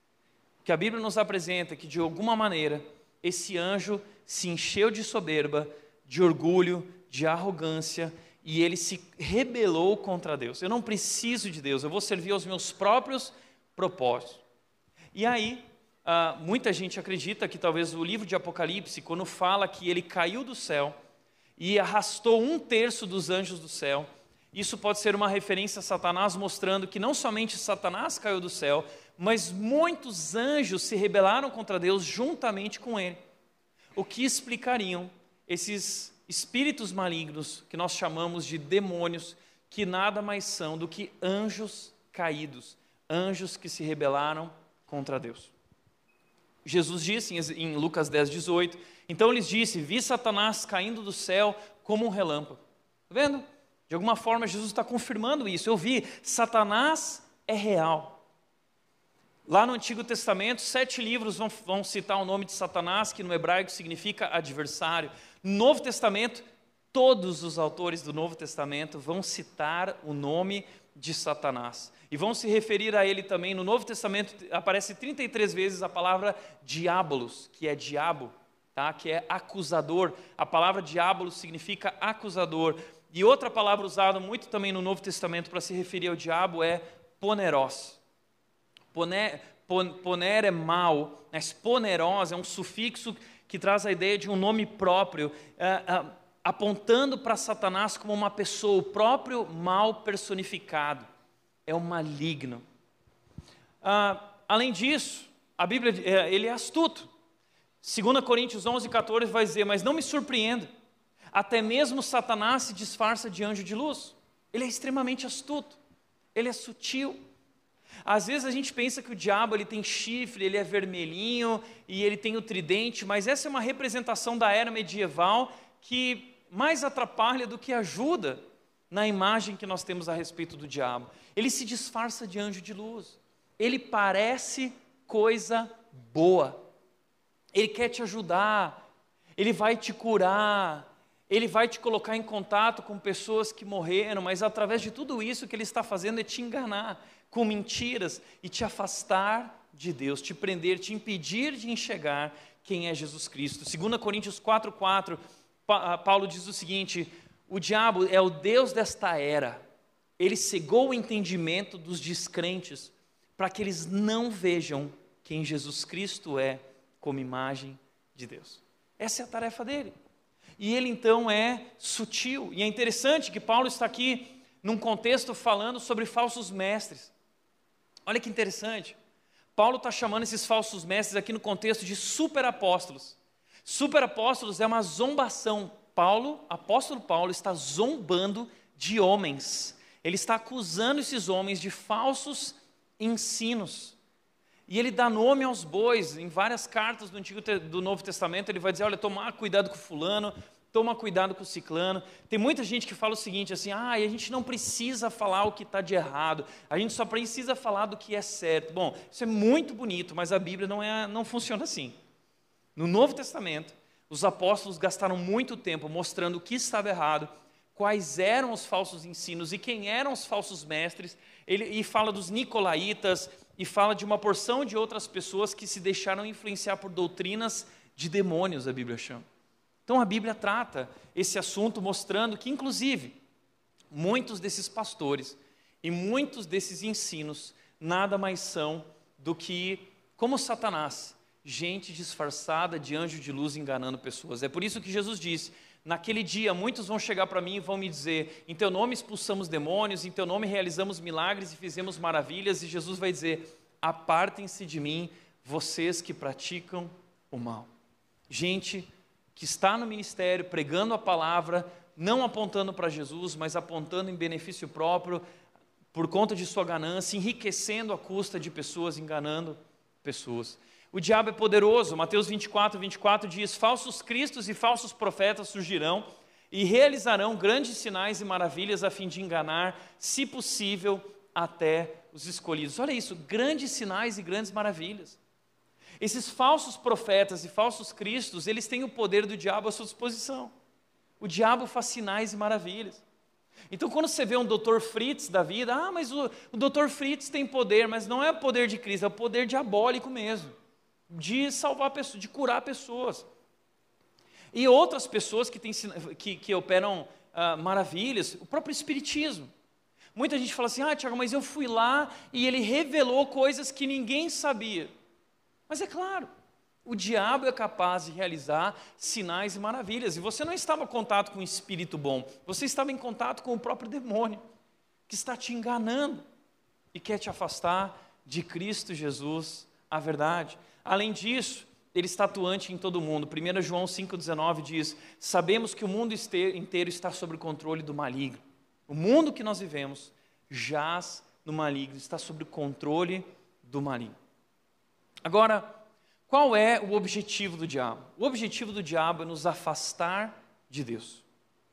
O que a Bíblia nos apresenta é que, de alguma maneira, esse anjo se encheu de soberba, de orgulho, de arrogância, e ele se rebelou contra Deus. Eu não preciso de Deus, eu vou servir aos meus próprios propósitos. E aí, ah, muita gente acredita que talvez o livro de Apocalipse, quando fala que ele caiu do céu e arrastou um terço dos anjos do céu, isso pode ser uma referência a Satanás, mostrando que não somente Satanás caiu do céu, mas muitos anjos se rebelaram contra Deus juntamente com ele. O que explicariam esses espíritos malignos, que nós chamamos de demônios, que nada mais são do que anjos caídos, anjos que se rebelaram contra Deus. Jesus disse em Lucas dez, dezoito, então lhes disse: vi Satanás caindo do céu como um relâmpago. Está vendo? De alguma forma Jesus está confirmando isso. Eu vi, Satanás é real. Lá no Antigo Testamento, sete livros vão, vão citar o nome de Satanás, que no hebraico significa adversário. No Novo Testamento, todos os autores do Novo Testamento vão citar o nome de Satanás. E vão se referir a ele também. No Novo Testamento aparece trinta e três vezes a palavra diabolos, que é diabo, tá? Que é acusador. A palavra diabolos significa acusador. E outra palavra usada muito também no Novo Testamento para se referir ao diabo é poneros. Poner, pon, poner é mal, mas poneros é um sufixo que traz a ideia de um nome próprio, é, é, apontando para Satanás como uma pessoa, o próprio mal personificado, é o maligno. Ah, além disso, a Bíblia, é, ele é astuto. Segunda Coríntios onze, quatorze vai dizer: mas não me surpreenda, até mesmo Satanás se disfarça de anjo de luz. Ele é extremamente astuto, ele é sutil. Às vezes a gente pensa que o diabo ele tem chifre, ele é vermelhinho e ele tem o tridente, mas essa é uma representação da era medieval que mais atrapalha do que ajuda na imagem que nós temos a respeito do diabo. Ele se disfarça de anjo de luz, ele parece coisa boa, ele quer te ajudar, ele vai te curar, ele vai te colocar em contato com pessoas que morreram, mas através de tudo isso o que ele está fazendo é te enganar com mentiras e te afastar de Deus, te prender, te impedir de enxergar quem é Jesus Cristo. Segunda Coríntios quatro, quatro, Paulo diz o seguinte: o diabo é o Deus desta era, ele cegou o entendimento dos descrentes para que eles não vejam quem Jesus Cristo é como imagem de Deus. Essa é a tarefa dele. E ele então é sutil, e é interessante que Paulo está aqui num contexto falando sobre falsos mestres. Olha que interessante, Paulo está chamando esses falsos mestres aqui no contexto de superapóstolos. Superapóstolos é uma zombação. Paulo, apóstolo Paulo, está zombando de homens. Ele está acusando esses homens de falsos ensinos. E ele dá nome aos bois. Em várias cartas do, Antigo, do Novo Testamento ele vai dizer: olha, tomar cuidado com fulano, toma cuidado com o ciclano. Tem muita gente que fala o seguinte, assim, ah, a gente não precisa falar o que está de errado, a gente só precisa falar do que é certo. Bom, isso é muito bonito, mas a Bíblia não, é, não funciona assim. No Novo Testamento, os apóstolos gastaram muito tempo mostrando o que estava errado, quais eram os falsos ensinos e quem eram os falsos mestres. Ele e fala dos nicolaítas e fala de uma porção de outras pessoas que se deixaram influenciar por doutrinas de demônios, a Bíblia chama. Então a Bíblia trata esse assunto mostrando que, inclusive, muitos desses pastores e muitos desses ensinos nada mais são do que, como Satanás, gente disfarçada de anjo de luz enganando pessoas. É por isso que Jesus disse, naquele dia muitos vão chegar para mim e vão me dizer, em teu nome expulsamos demônios, em teu nome realizamos milagres e fizemos maravilhas, e Jesus vai dizer, apartem-se de mim, vocês que praticam o mal. Gente que está no ministério, pregando a palavra, não apontando para Jesus, mas apontando em benefício próprio, por conta de sua ganância, enriquecendo à custa de pessoas, enganando pessoas. O diabo é poderoso. Mateus vinte e quatro, vinte e quatro diz, falsos cristos e falsos profetas surgirão e realizarão grandes sinais e maravilhas a fim de enganar, se possível, até os escolhidos. Olha isso, grandes sinais e grandes maravilhas. Esses falsos profetas e falsos cristos, eles têm o poder do diabo à sua disposição. O diabo faz sinais e maravilhas. Então, quando você vê um doutor Fritz da vida, ah, mas o, o doutor Fritz tem poder, mas não é o poder de Cristo, é o poder diabólico mesmo, de salvar pessoas, de curar pessoas. E outras pessoas que, tem, que, que operam ah, maravilhas, o próprio espiritismo. Muita gente fala assim, ah, Tiago, mas eu fui lá e ele revelou coisas que ninguém sabia. Mas é claro, o diabo é capaz de realizar sinais e maravilhas. E você não estava em contato com um espírito bom, você estava em contato com o próprio demônio, que está te enganando e quer te afastar de Cristo Jesus, a verdade. Além disso, ele está atuante em todo o mundo. primeiro João cinco, dezenove diz, sabemos que o mundo inteiro está sob o controle do maligno. O mundo que nós vivemos jaz no maligno, está sob o controle do maligno. Agora, qual é o objetivo do diabo? O objetivo do diabo é nos afastar de Deus.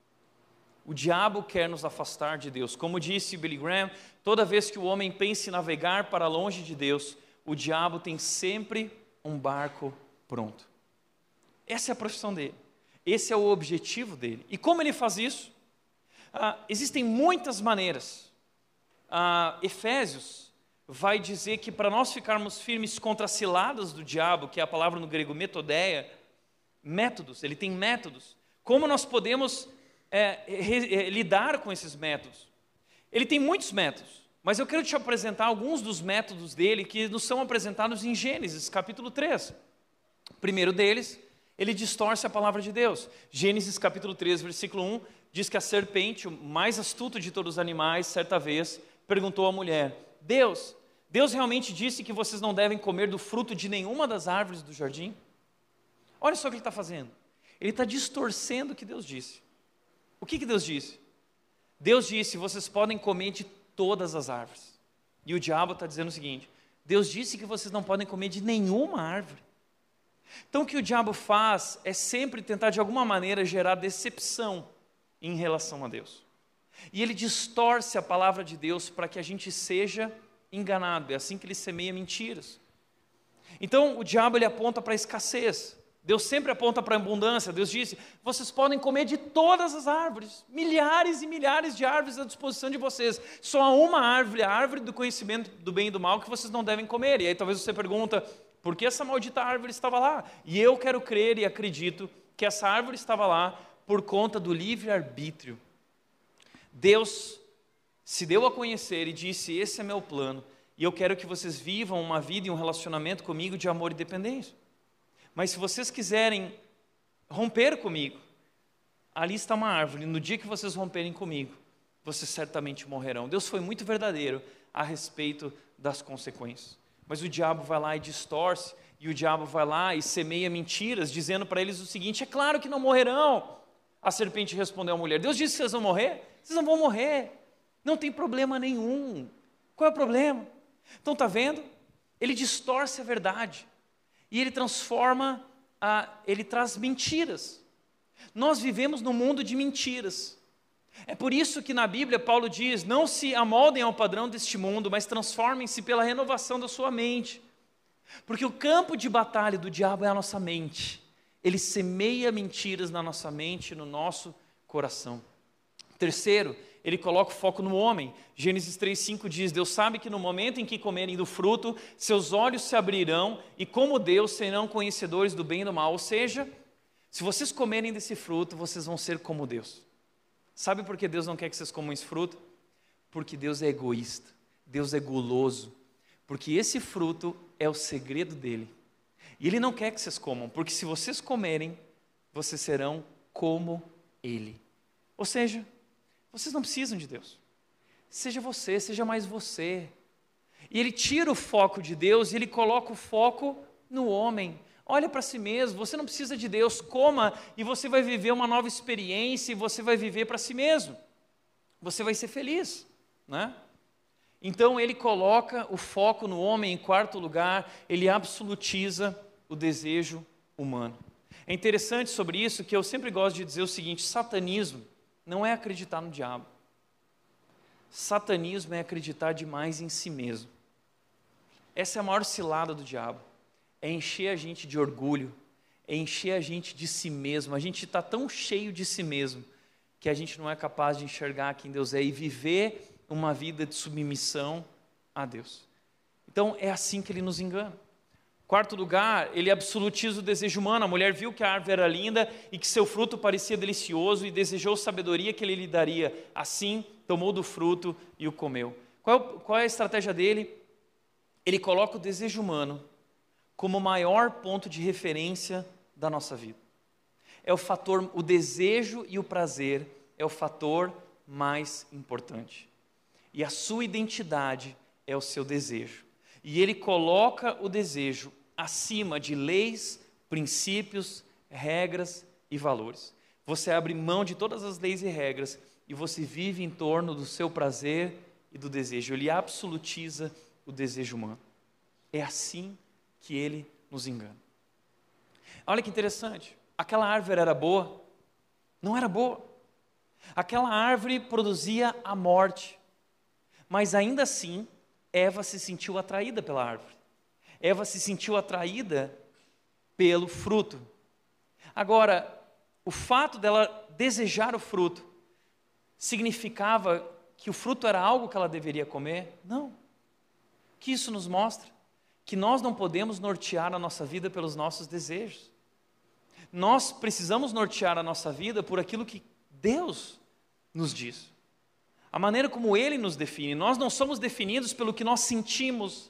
O diabo quer nos afastar de Deus. Como disse Billy Graham, toda vez que o homem pensa em navegar para longe de Deus, o diabo tem sempre um barco pronto. Essa é a profissão dele. Esse é o objetivo dele. E como ele faz isso? Ah, existem muitas maneiras. Ah, Efésios vai dizer que para nós ficarmos firmes contra as ciladas do diabo, que é a palavra no grego metodeia, métodos, ele tem métodos. Como nós podemos é, re, é, lidar com esses métodos? Ele tem muitos métodos, mas eu quero te apresentar alguns dos métodos dele que nos são apresentados em Gênesis, capítulo três. O primeiro deles, ele distorce a palavra de Deus. Gênesis, capítulo três, versículo um, diz que a serpente, o mais astuto de todos os animais, certa vez, perguntou à mulher, Deus, Deus realmente disse que vocês não devem comer do fruto de nenhuma das árvores do jardim? Olha só o que ele está fazendo. Ele está distorcendo o que Deus disse. O que, que Deus disse? Deus disse, vocês podem comer de todas as árvores. E o diabo está dizendo o seguinte, Deus disse que vocês não podem comer de nenhuma árvore. Então o que o diabo faz é sempre tentar de alguma maneira gerar decepção em relação a Deus. E ele distorce a palavra de Deus para que a gente seja enganado, é assim que ele semeia mentiras. Então o diabo ele aponta para a escassez, Deus sempre aponta para a abundância. Deus disse, vocês podem comer de todas as árvores, milhares e milhares de árvores à disposição de vocês, só há uma árvore, a árvore do conhecimento do bem e do mal, que vocês não devem comer. E aí talvez você pergunta, por que essa maldita árvore estava lá? E eu quero crer e acredito que essa árvore estava lá por conta do livre-arbítrio. Deus se deu a conhecer e disse, esse é meu plano, e eu quero que vocês vivam uma vida e um relacionamento comigo de amor e dependência. Mas se vocês quiserem romper comigo, ali está uma árvore, no dia que vocês romperem comigo, vocês certamente morrerão. Deus foi muito verdadeiro a respeito das consequências. Mas o diabo vai lá e distorce, e o diabo vai lá e semeia mentiras, dizendo para eles o seguinte, é claro que não morrerão. A serpente respondeu à mulher, Deus disse que vocês vão morrer? Vocês não vão morrer. Não tem problema nenhum. Qual é o problema? Então está vendo? Ele distorce a verdade. E ele transforma, a, ele traz mentiras. Nós vivemos num mundo de mentiras. É por isso que na Bíblia Paulo diz, não se amoldem ao padrão deste mundo, mas transformem-se pela renovação da sua mente. Porque o campo de batalha do diabo é a nossa mente. Ele semeia mentiras na nossa mente, no nosso coração. Terceiro, ele coloca o foco no homem. Gênesis três, cinco diz, Deus sabe que no momento em que comerem do fruto, seus olhos se abrirão e como Deus serão conhecedores do bem e do mal. Ou seja, se vocês comerem desse fruto, vocês vão ser como Deus. Sabe por que Deus não quer que vocês comam esse fruto? Porque Deus é egoísta, Deus é guloso, porque esse fruto é o segredo dele. E Ele não quer que vocês comam, porque se vocês comerem, vocês serão como Ele. Ou seja, vocês não precisam de Deus. Seja você, seja mais você. E Ele tira o foco de Deus e Ele coloca o foco no homem. Olha para si mesmo, você não precisa de Deus, coma e você vai viver uma nova experiência e você vai viver para si mesmo. Você vai ser feliz, né? Então ele coloca o foco no homem em quarto lugar, ele absolutiza o desejo humano. É interessante sobre isso que eu sempre gosto de dizer o seguinte, satanismo não é acreditar no diabo. Satanismo é acreditar demais em si mesmo. Essa é a maior cilada do diabo. É encher a gente de orgulho, é encher a gente de si mesmo. A gente está tão cheio de si mesmo que a gente não é capaz de enxergar quem Deus é e viver uma vida de submissão a Deus. Então é assim que ele nos engana. Quarto lugar, ele absolutiza o desejo humano. A mulher viu que a árvore era linda e que seu fruto parecia delicioso e desejou sabedoria que ele lhe daria. Assim, tomou do fruto e o comeu. Qual, qual é a estratégia dele? Ele coloca o desejo humano como o maior ponto de referência da nossa vida. É o fator, o desejo e o prazer é o fator mais importante. E a sua identidade é o seu desejo. E ele coloca o desejo acima de leis, princípios, regras e valores. Você abre mão de todas as leis e regras e você vive em torno do seu prazer e do desejo. Ele absolutiza o desejo humano. É assim que ele nos engana. Olha que interessante, aquela árvore era boa? Não era boa. Aquela árvore produzia a morte, mas ainda assim, Eva se sentiu atraída pela árvore. Eva se sentiu atraída pelo fruto. Agora, o fato dela desejar o fruto, significava que o fruto era algo que ela deveria comer? Não. O que isso nos mostra? Que nós não podemos nortear a nossa vida pelos nossos desejos. Nós precisamos nortear a nossa vida por aquilo que Deus nos diz. A maneira como Ele nos define. Nós não somos definidos pelo que nós sentimos.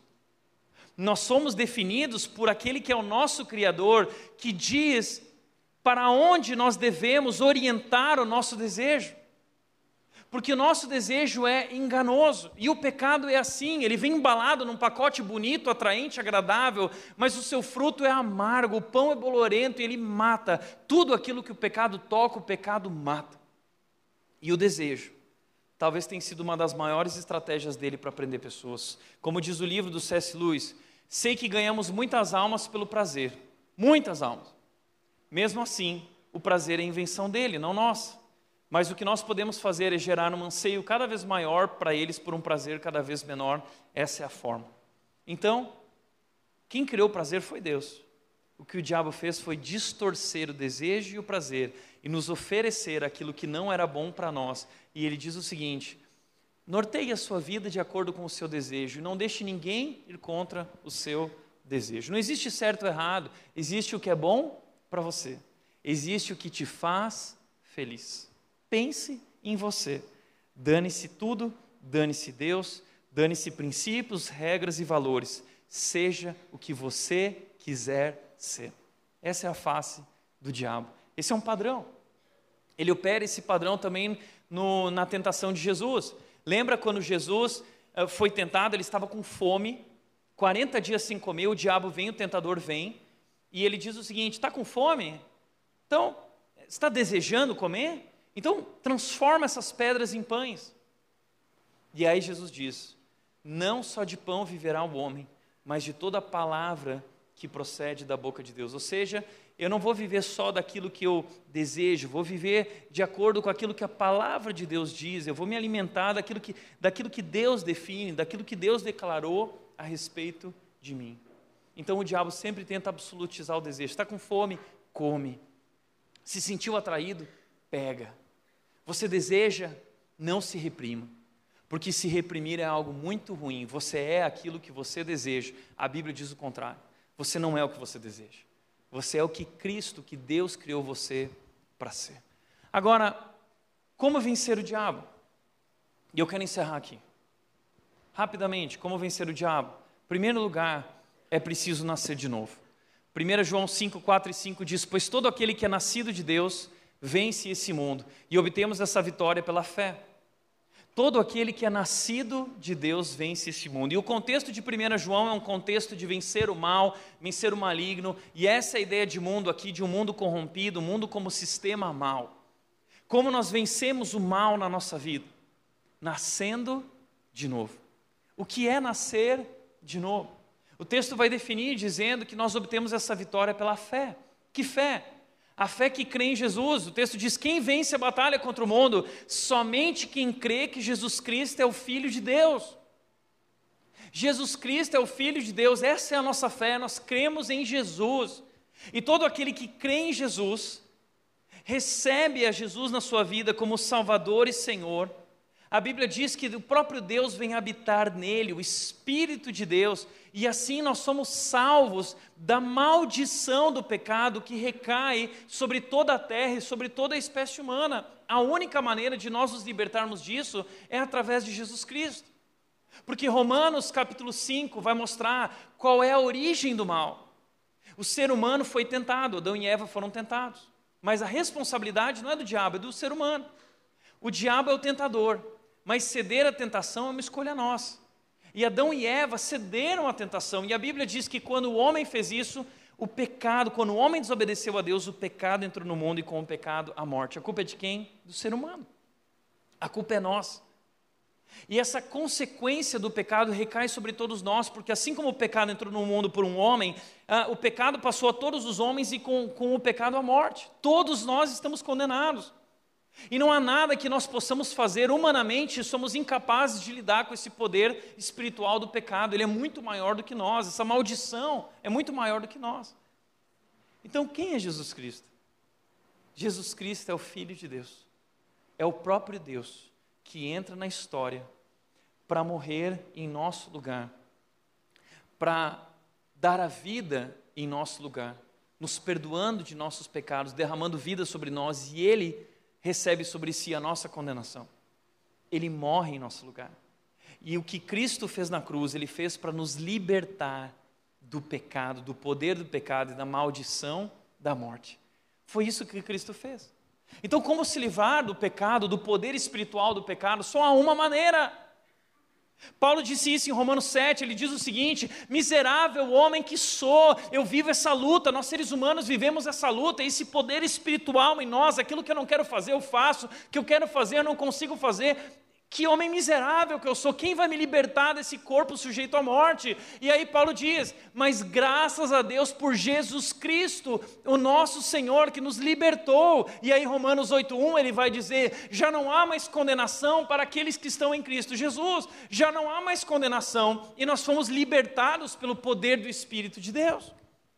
Nós somos definidos por aquele que é o nosso Criador, que diz para onde nós devemos orientar o nosso desejo. Porque o nosso desejo é enganoso, e o pecado é assim, ele vem embalado num pacote bonito, atraente, agradável, mas o seu fruto é amargo, o pão é bolorento e ele mata. Tudo aquilo que o pecado toca, o pecado mata. E o desejo, talvez tenha sido uma das maiores estratégias dele para prender pessoas. Como diz o livro do C S Lewis, sei que ganhamos muitas almas pelo prazer, muitas almas. Mesmo assim, o prazer é a invenção dele, não nossa. Mas o que nós podemos fazer é gerar um anseio cada vez maior para eles por um prazer cada vez menor. Essa é a forma. Então, quem criou o prazer foi Deus. O que o diabo fez foi distorcer o desejo e o prazer e nos oferecer aquilo que não era bom para nós. E ele diz o seguinte, norteie a sua vida de acordo com o seu desejo e não deixe ninguém ir contra o seu desejo. Não existe certo ou errado, existe o que é bom para você. Existe o que te faz feliz. Pense em você. Dane-se tudo, dane-se Deus, dane-se princípios, regras e valores. Seja o que você quiser ser. Essa é a face do diabo. Esse é um padrão. Ele opera esse padrão também no, na tentação de Jesus. Lembra quando Jesus uh, foi tentado, ele estava com fome, quarenta dias sem comer, o diabo vem, o tentador vem, e ele diz o seguinte, está com fome? Então, está desejando comer? Então, transforma essas pedras em pães. E aí Jesus diz, não só de pão viverá o homem, mas de toda a palavra que procede da boca de Deus. Ou seja, eu não vou viver só daquilo que eu desejo, vou viver de acordo com aquilo que a palavra de Deus diz, eu vou me alimentar daquilo que, daquilo que Deus define, daquilo que Deus declarou a respeito de mim. Então o diabo sempre tenta absolutizar o desejo. Está com fome? Come. Se sentiu atraído? Pega. Você deseja? Não se reprima. Porque se reprimir é algo muito ruim. Você é aquilo que você deseja. A Bíblia diz o contrário. Você não é o que você deseja. Você é o que Cristo, que Deus criou você para ser. Agora, como vencer o diabo? E eu quero encerrar aqui. Rapidamente, como vencer o diabo? Em primeiro lugar, é preciso nascer de novo. primeiro João cinco, quatro e cinco diz: pois todo aquele que é nascido de Deus vence esse mundo, e obtemos essa vitória pela fé. Todo aquele que é nascido de Deus vence este mundo. E o contexto de primeiro João é um contexto de vencer o mal, vencer o maligno, e essa é a ideia de mundo aqui, de um mundo corrompido, um mundo como sistema mal. Como nós vencemos o mal na nossa vida? Nascendo de novo. O que é nascer de novo? O texto vai definir dizendo que nós obtemos essa vitória pela fé. Que fé? A fé que crê em Jesus. O texto diz: quem vence a batalha contra o mundo? Somente quem crê que Jesus Cristo é o Filho de Deus. Jesus Cristo é o Filho de Deus, essa é a nossa fé, nós cremos em Jesus. E todo aquele que crê em Jesus, recebe a Jesus na sua vida como Salvador e Senhor. A Bíblia diz que o próprio Deus vem habitar nele, o Espírito de Deus, e assim nós somos salvos da maldição do pecado que recai sobre toda a terra e sobre toda a espécie humana. A única maneira de nós nos libertarmos disso é através de Jesus Cristo. Porque Romanos capítulo cinco vai mostrar qual é a origem do mal. O ser humano foi tentado, Adão e Eva foram tentados, mas a responsabilidade não é do diabo, é do ser humano. O diabo é o tentador, mas ceder à tentação é uma escolha nossa. E Adão e Eva cederam à tentação, e a Bíblia diz que quando o homem fez isso, o pecado, quando o homem desobedeceu a Deus, o pecado entrou no mundo, e com o pecado a morte. A culpa é de quem? Do ser humano. A culpa é nossa. E essa consequência do pecado recai sobre todos nós, porque assim como o pecado entrou no mundo por um homem, ah, o pecado passou a todos os homens, e com, com o pecado a morte. Todos nós estamos condenados. E não há nada que nós possamos fazer humanamente, somos incapazes de lidar com esse poder espiritual do pecado. Ele é muito maior do que nós, essa maldição é muito maior do que nós. Então quem é Jesus Cristo? Jesus Cristo é o Filho de Deus, é o próprio Deus que entra na história para morrer em nosso lugar, para dar a vida em nosso lugar, nos perdoando de nossos pecados, derramando vida sobre nós, e Ele recebe sobre si a nossa condenação. Ele morre em nosso lugar. E o que Cristo fez na cruz, Ele fez para nos libertar do pecado, do poder do pecado e da maldição da morte. Foi isso que Cristo fez. Então, como se livrar do pecado, do poder espiritual do pecado? Só há uma maneira. Paulo disse isso em Romanos sete, ele diz o seguinte: miserável homem que sou, eu vivo essa luta, nós seres humanos vivemos essa luta, esse poder espiritual em nós, aquilo que eu não quero fazer eu faço, que eu quero fazer eu não consigo fazer. Que homem miserável que eu sou, quem vai me libertar desse corpo sujeito à morte? E aí Paulo diz: mas graças a Deus por Jesus Cristo, o nosso Senhor, que nos libertou. E aí Romanos oito, um, ele vai dizer: já não há mais condenação para aqueles que estão em Cristo Jesus, já não há mais condenação, e nós fomos libertados pelo poder do Espírito de Deus.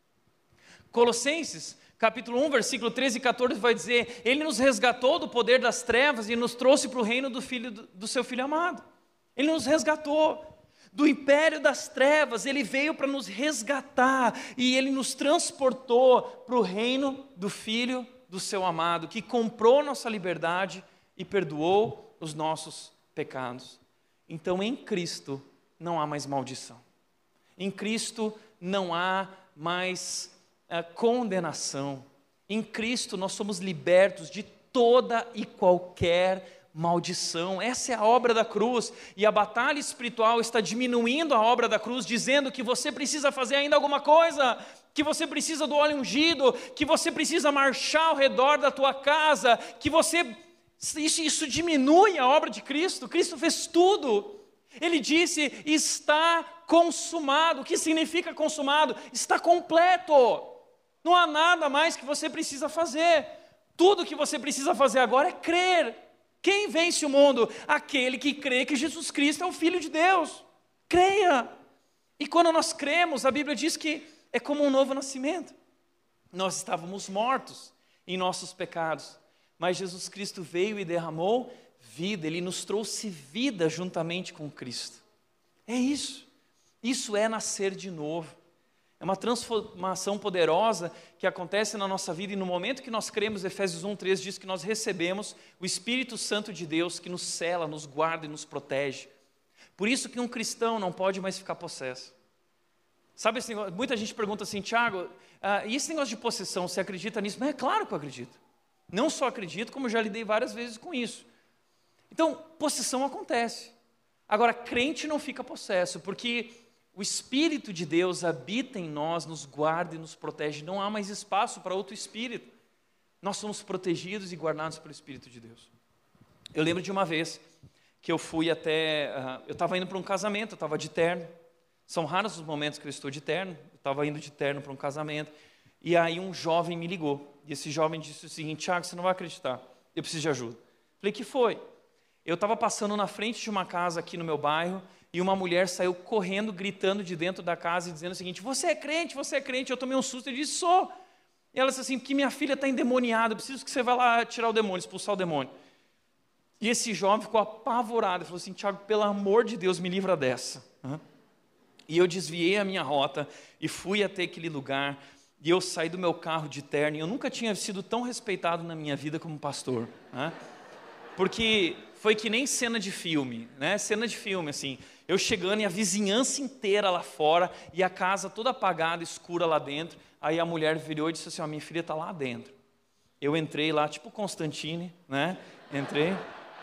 Colossenses capítulo um, versículo treze e quatorze vai dizer: Ele nos resgatou do poder das trevas e nos trouxe para o reino do, filho, do seu Filho amado. Ele nos resgatou do império das trevas, Ele veio para nos resgatar, e Ele nos transportou para o reino do Filho do seu amado, que comprou nossa liberdade e perdoou os nossos pecados. Então em Cristo não há mais maldição. Em Cristo não há mais a condenação. Em Cristo nós somos libertos de toda e qualquer maldição. Essa é a obra da cruz, e a batalha espiritual está diminuindo a obra da cruz, dizendo que você precisa fazer ainda alguma coisa, que você precisa do óleo ungido, que você precisa marchar ao redor da tua casa, que você... Isso, isso diminui a obra de Cristo. Cristo fez tudo. Ele disse: está consumado. O que significa consumado? Está completo. Não há nada mais que você precisa fazer. Tudo que você precisa fazer agora é crer. Quem vence o mundo? Aquele que crê que Jesus Cristo é o Filho de Deus. Creia. E quando nós cremos, a Bíblia diz que é como um novo nascimento. Nós estávamos mortos em nossos pecados, mas Jesus Cristo veio e derramou vida. Ele nos trouxe vida juntamente com Cristo. É isso. Isso é nascer de novo. É uma transformação poderosa que acontece na nossa vida, e no momento que nós cremos, Efésios um, três diz que nós recebemos o Espírito Santo de Deus que nos cela, nos guarda e nos protege. Por isso que um cristão não pode mais ficar possesso. Sabe, esse negócio, muita gente pergunta assim, Tiago, ah, e esse negócio de possessão, você acredita nisso? Mas é claro que eu acredito. Não só acredito, como já lidei várias vezes com isso. Então, possessão acontece. Agora, crente não fica possesso, porque o Espírito de Deus habita em nós, nos guarda e nos protege. Não há mais espaço para outro espírito. Nós somos protegidos e guardados pelo Espírito de Deus. Eu lembro de uma vez que eu fui até... Uh, eu estava indo para um casamento, eu estava de terno. São raros os momentos que eu estou de terno. Eu estava indo de terno para um casamento. E aí um jovem me ligou. E esse jovem disse o seguinte, Tiago, você não vai acreditar, eu preciso de ajuda. Falei, que foi? Eu estava passando na frente de uma casa aqui no meu bairro, e uma mulher saiu correndo, gritando de dentro da casa e dizendo o seguinte, você é crente, você é crente. Eu tomei um susto e disse, sou. E ela disse assim, porque minha filha está endemoniada, eu preciso que você vá lá tirar o demônio, expulsar o demônio. E esse jovem ficou apavorado, falou assim, Tiago, pelo amor de Deus, me livra dessa. E eu desviei a minha rota e fui até aquele lugar, e eu saí do meu carro de terno, e eu nunca tinha sido tão respeitado na minha vida como pastor. Porque foi que nem cena de filme, né? Cena de filme, assim. Eu chegando e a vizinhança inteira lá fora, e a casa toda apagada, escura lá dentro. Aí a mulher virou e disse assim, ó, minha filha está lá dentro. Eu entrei lá, tipo Constantine, né? Entrei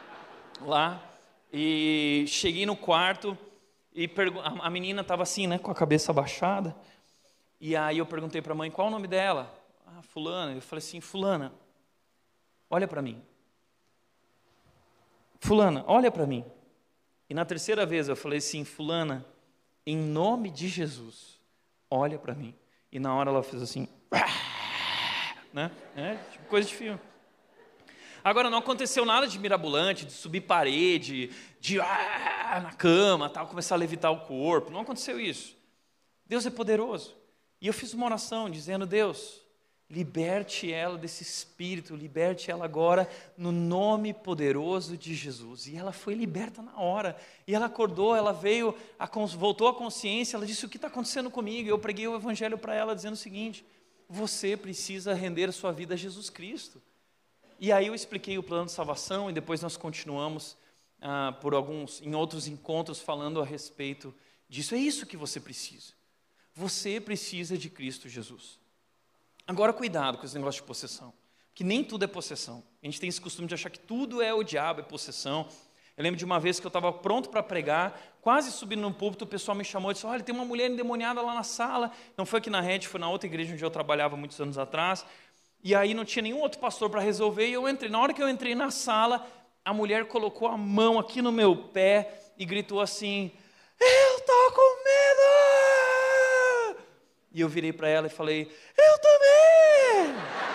lá e cheguei no quarto, e pergu- a, a menina estava assim, né? Com a cabeça abaixada. E aí eu perguntei para a mãe, qual o nome dela? Ah, fulana. Eu falei assim, fulana, olha para mim. Fulana, olha para mim. E na terceira vez eu falei assim, fulana, em nome de Jesus, olha para mim. E na hora ela fez assim, né? É, tipo coisa de filme. Agora, não aconteceu nada de mirabolante, de subir parede, de ah, na cama, tal, começar a levitar o corpo. Não aconteceu isso. Deus é poderoso. E eu fiz uma oração dizendo, Deus, liberte ela desse espírito, liberte ela agora no nome poderoso de Jesus. E ela foi liberta na hora. E ela acordou, ela veio, a, voltou à consciência, ela disse, o que está acontecendo comigo? E eu preguei o evangelho para ela dizendo o seguinte, você precisa render a sua vida a Jesus Cristo. E aí eu expliquei o plano de salvação e depois nós continuamos ah, por alguns, em outros encontros falando a respeito disso. É isso que você precisa. Você precisa de Cristo Jesus. Agora, cuidado com esse negócio de possessão, que nem tudo é possessão. A gente tem esse costume de achar que tudo é o diabo, é possessão. Eu lembro de uma vez que eu estava pronto para pregar, quase subindo no púlpito, o pessoal me chamou e disse, olha, tem uma mulher endemoniada lá na sala. Não foi aqui na rede, foi na outra igreja onde eu trabalhava muitos anos atrás. E aí não tinha nenhum outro pastor para resolver, e eu entrei. Na hora que eu entrei na sala, a mulher colocou a mão aqui no meu pé e gritou assim, eu estou com medo! E eu virei para ela e falei, eu também!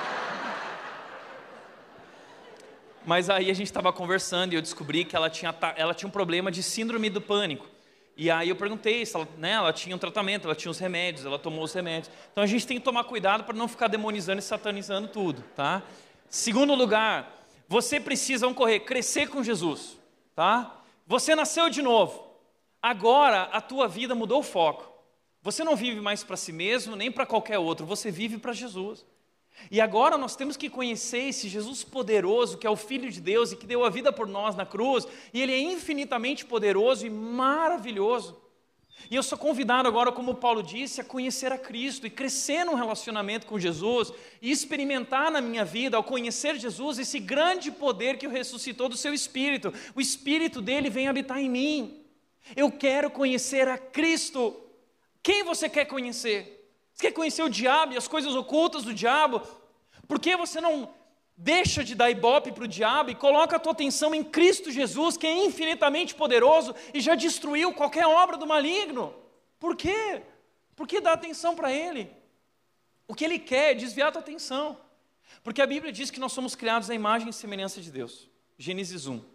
Mas aí a gente estava conversando e eu descobri que ela tinha, ela tinha um problema de síndrome do pânico. E aí eu perguntei se ela, né, ela tinha um tratamento, ela tinha os remédios, ela tomou os remédios. Então a gente tem que tomar cuidado para não ficar demonizando e satanizando tudo, tá? Segundo lugar, você precisa, vamos correr, crescer com Jesus, tá? Você nasceu de novo. Agora a tua vida mudou o foco. Você não vive mais para si mesmo, nem para qualquer outro, você vive para Jesus. E agora nós temos que conhecer esse Jesus poderoso, que é o Filho de Deus e que deu a vida por nós na cruz, e Ele é infinitamente poderoso e maravilhoso. E eu sou convidado agora, como Paulo disse, a conhecer a Cristo e crescer num relacionamento com Jesus e experimentar na minha vida, ao conhecer Jesus, esse grande poder que o ressuscitou do seu Espírito. O Espírito dele vem habitar em mim. Eu quero conhecer a Cristo. Quem você quer conhecer? Você quer conhecer o diabo e as coisas ocultas do diabo? Por que você não deixa de dar ibope para o diabo e coloca a tua atenção em Cristo Jesus, que é infinitamente poderoso e já destruiu qualquer obra do maligno? Por quê? Por que dá atenção para Ele? O que ele quer é desviar a tua atenção. Porque a Bíblia diz que nós somos criados à imagem e semelhança de Deus. Gênesis um.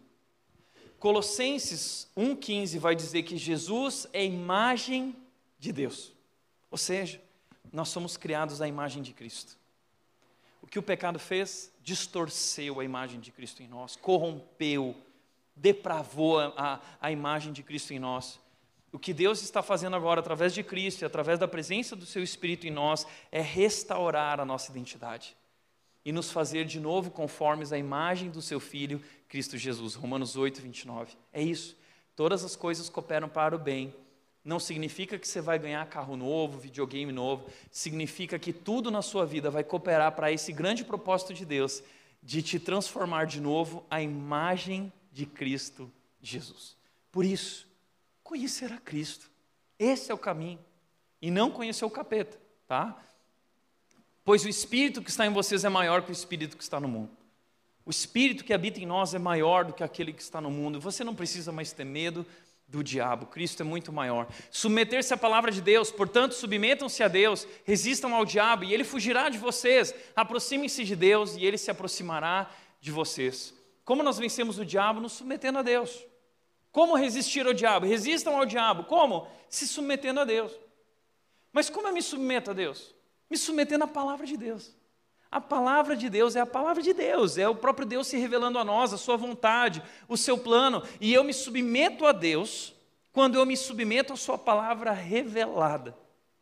Colossenses um, quinze vai dizer que Jesus é a imagem de Deus. Ou seja, nós somos criados à imagem de Cristo. O que o pecado fez? Distorceu a imagem de Cristo em nós, corrompeu, depravou a, a imagem de Cristo em nós. O que Deus está fazendo agora, através de Cristo e através da presença do seu Espírito em nós, é restaurar a nossa identidade e nos fazer de novo conformes à imagem do seu Filho, Cristo Jesus. Romanos oito, vinte e nove. É isso. Todas as coisas cooperam para o bem. Não significa que você vai ganhar carro novo, videogame novo. Significa que tudo na sua vida vai cooperar para esse grande propósito de Deus, de te transformar de novo à imagem de Cristo Jesus. Por isso, conhecer a Cristo. Esse é o caminho. E não conhecer o capeta, tá? Pois o Espírito que está em vocês é maior que o Espírito que está no mundo. O Espírito que habita em nós é maior do que aquele que está no mundo. Você não precisa mais ter medo do diabo. Cristo é muito maior. Submeter-se à palavra de Deus. Portanto, submetam-se a Deus. Resistam ao diabo e ele fugirá de vocês. Aproximem-se de Deus e ele se aproximará de vocês. Como nós vencemos o diabo? Nos submetendo a Deus. Como resistir ao diabo? Resistam ao diabo. Como? Se submetendo a Deus. Mas como eu me submeto a Deus? Me submetendo à palavra de Deus. A palavra de Deus é a palavra de Deus, é o próprio Deus se revelando a nós, a sua vontade, o seu plano. E eu me submeto a Deus quando eu me submeto à sua palavra revelada.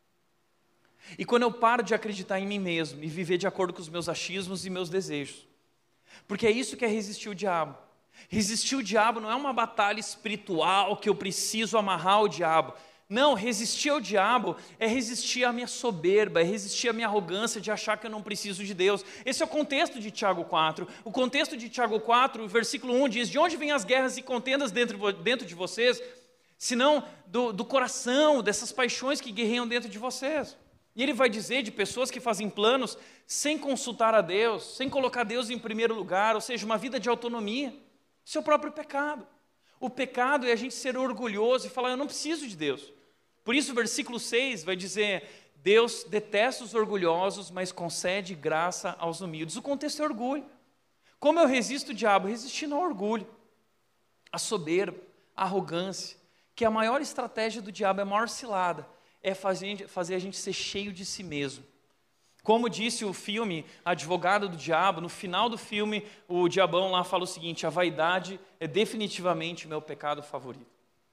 E quando eu paro de acreditar em mim mesmo e viver de acordo com os meus achismos e meus desejos. Porque é isso que é resistir o diabo. Resistir o diabo não é uma batalha espiritual que eu preciso amarrar o diabo. Não, resistir ao diabo é resistir à minha soberba, é resistir à minha arrogância de achar que eu não preciso de Deus. Esse é o contexto de Tiago quatro. O contexto de Tiago quatro, o versículo um diz: de onde vêm as guerras e contendas dentro, dentro de vocês, senão do, do coração, dessas paixões que guerreiam dentro de vocês. E ele vai dizer de pessoas que fazem planos sem consultar a Deus, sem colocar Deus em primeiro lugar, ou seja, uma vida de autonomia. Seu próprio pecado. O pecado é a gente ser orgulhoso e falar: eu não preciso de Deus. Por isso o versículo seis vai dizer: Deus detesta os orgulhosos, mas concede graça aos humildes. O contexto é orgulho. Como eu resisto o diabo? Resistindo ao orgulho, a soberba, a arrogância, que a maior estratégia do diabo, é a maior cilada, é fazer, fazer a gente ser cheio de si mesmo. Como disse o filme Advogado do Diabo, no final do filme o diabão lá fala o seguinte: a vaidade é definitivamente meu pecado favorito.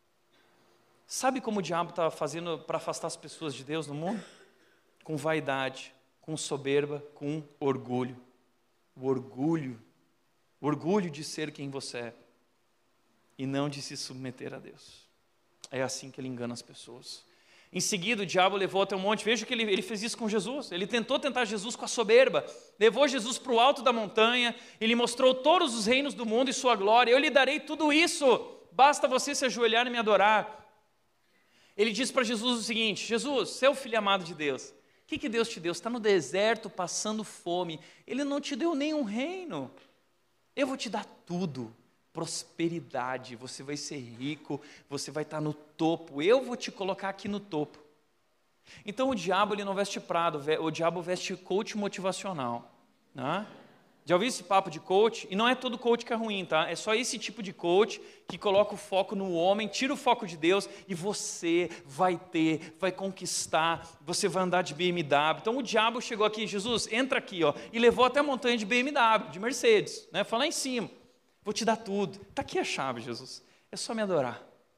Sabe como o diabo está fazendo para afastar as pessoas de Deus no mundo? Com vaidade, com soberba, com orgulho. O orgulho, o orgulho de ser quem você é e não de se submeter a Deus. É assim que ele engana as pessoas. Em seguida, o diabo levou até um monte. Veja que ele, ele fez isso com Jesus. Ele tentou tentar Jesus com a soberba. Levou Jesus para o alto da montanha. Ele mostrou todos os reinos do mundo e sua glória. Eu lhe darei tudo isso. Basta você se ajoelhar e me adorar. Ele disse para Jesus o seguinte: Jesus, você é o filho amado de Deus. O que, que Deus te deu? Você está no deserto passando fome. Ele não te deu nenhum reino. Eu vou te dar tudo. Prosperidade, você vai ser rico, você vai estar no topo. Eu vou te colocar aqui no topo. Então o diabo ele não veste prado, o diabo veste coach motivacional, né? Já ouviu esse papo de coach? E não é todo coach que é ruim, tá? É só esse tipo de coach que coloca o foco no homem, tira o foco de Deus e você vai ter, vai conquistar, você vai andar de B M W. Então o diabo chegou aqui: Jesus, entra aqui, ó, e levou até a montanha de B M W, de Mercedes, né? Foi lá em cima. Vou te dar tudo. Está aqui a chave, Jesus. É só me adorar.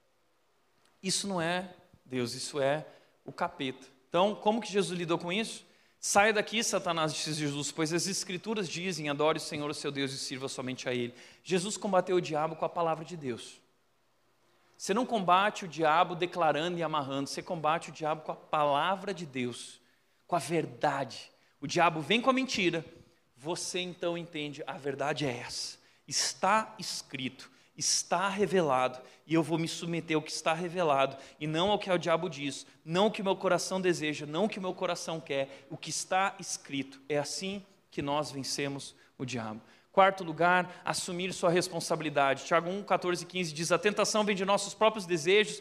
Isso não é Deus, isso é o capeta. Então, como que Jesus lidou com isso? Saia daqui, Satanás, disse Jesus, pois as Escrituras dizem: adore o Senhor, o seu Deus, e sirva somente a Ele. Jesus combateu o diabo com a palavra de Deus. Você não combate o diabo declarando e amarrando, você combate o diabo com a palavra de Deus, com a verdade. O diabo vem com a mentira, você então entende: a verdade é essa. Está escrito, está revelado, e eu vou me submeter ao que está revelado, e não ao que o diabo diz, não o que meu coração deseja, não o que meu coração quer, o que está escrito. É assim que nós vencemos o diabo. Quarto lugar, assumir sua responsabilidade. Tiago um, catorze e quinze diz: a tentação vem de nossos próprios desejos,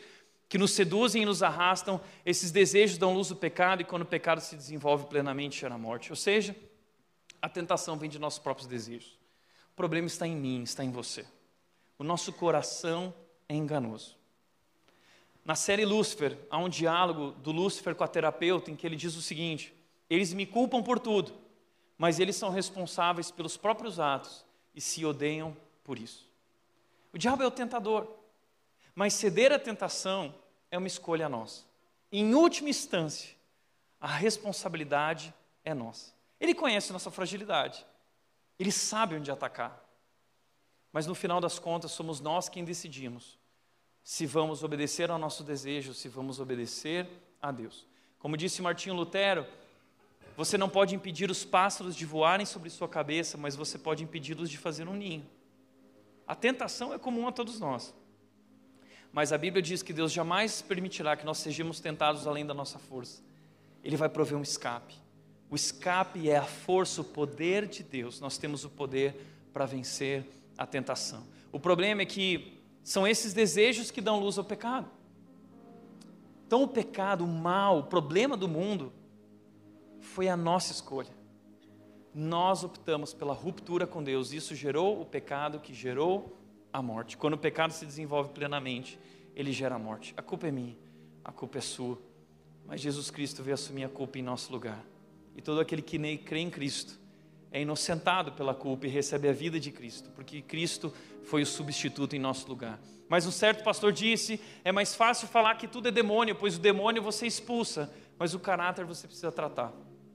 que nos seduzem e nos arrastam. Esses desejos dão luz ao pecado, e quando o pecado se desenvolve plenamente, gera a morte. Ou seja, a tentação vem de nossos próprios desejos. O problema está em mim, está em você. O nosso coração é enganoso. Na série Lúcifer, há um diálogo do Lúcifer com a terapeuta em que ele diz o seguinte: eles me culpam por tudo, mas eles são responsáveis pelos próprios atos e se odeiam por isso. O diabo é o tentador, mas ceder à tentação é uma escolha nossa. Em última instância, a responsabilidade é nossa. Ele conhece nossa fragilidade, ele sabe onde atacar, mas no final das contas somos nós quem decidimos se vamos obedecer ao nosso desejo, se vamos obedecer a Deus. Como disse Martinho Lutero, você não pode impedir os pássaros de voarem sobre sua cabeça, mas você pode impedi-los de fazer um ninho. A tentação é comum a todos nós, mas a Bíblia diz que Deus jamais permitirá que nós sejamos tentados além da nossa força. Ele vai prover um escape. O escape é a força, o poder de Deus. Nós temos o poder para vencer a tentação. O problema é que são esses desejos que dão luz ao pecado. Então o pecado, o mal, o problema do mundo foi a nossa escolha. Nós optamos pela ruptura com Deus. Isso gerou o pecado que gerou a morte. Quando o pecado se desenvolve plenamente, ele gera a morte. A culpa é minha, a culpa é sua. Mas Jesus Cristo veio assumir a culpa em nosso lugar. E todo aquele que nem crê em Cristo é inocentado pela culpa e recebe a vida de Cristo, porque Cristo foi o substituto em nosso lugar. Mas um certo pastor disse: é mais fácil falar que tudo é demônio, pois o demônio você expulsa, mas o caráter você precisa tratar.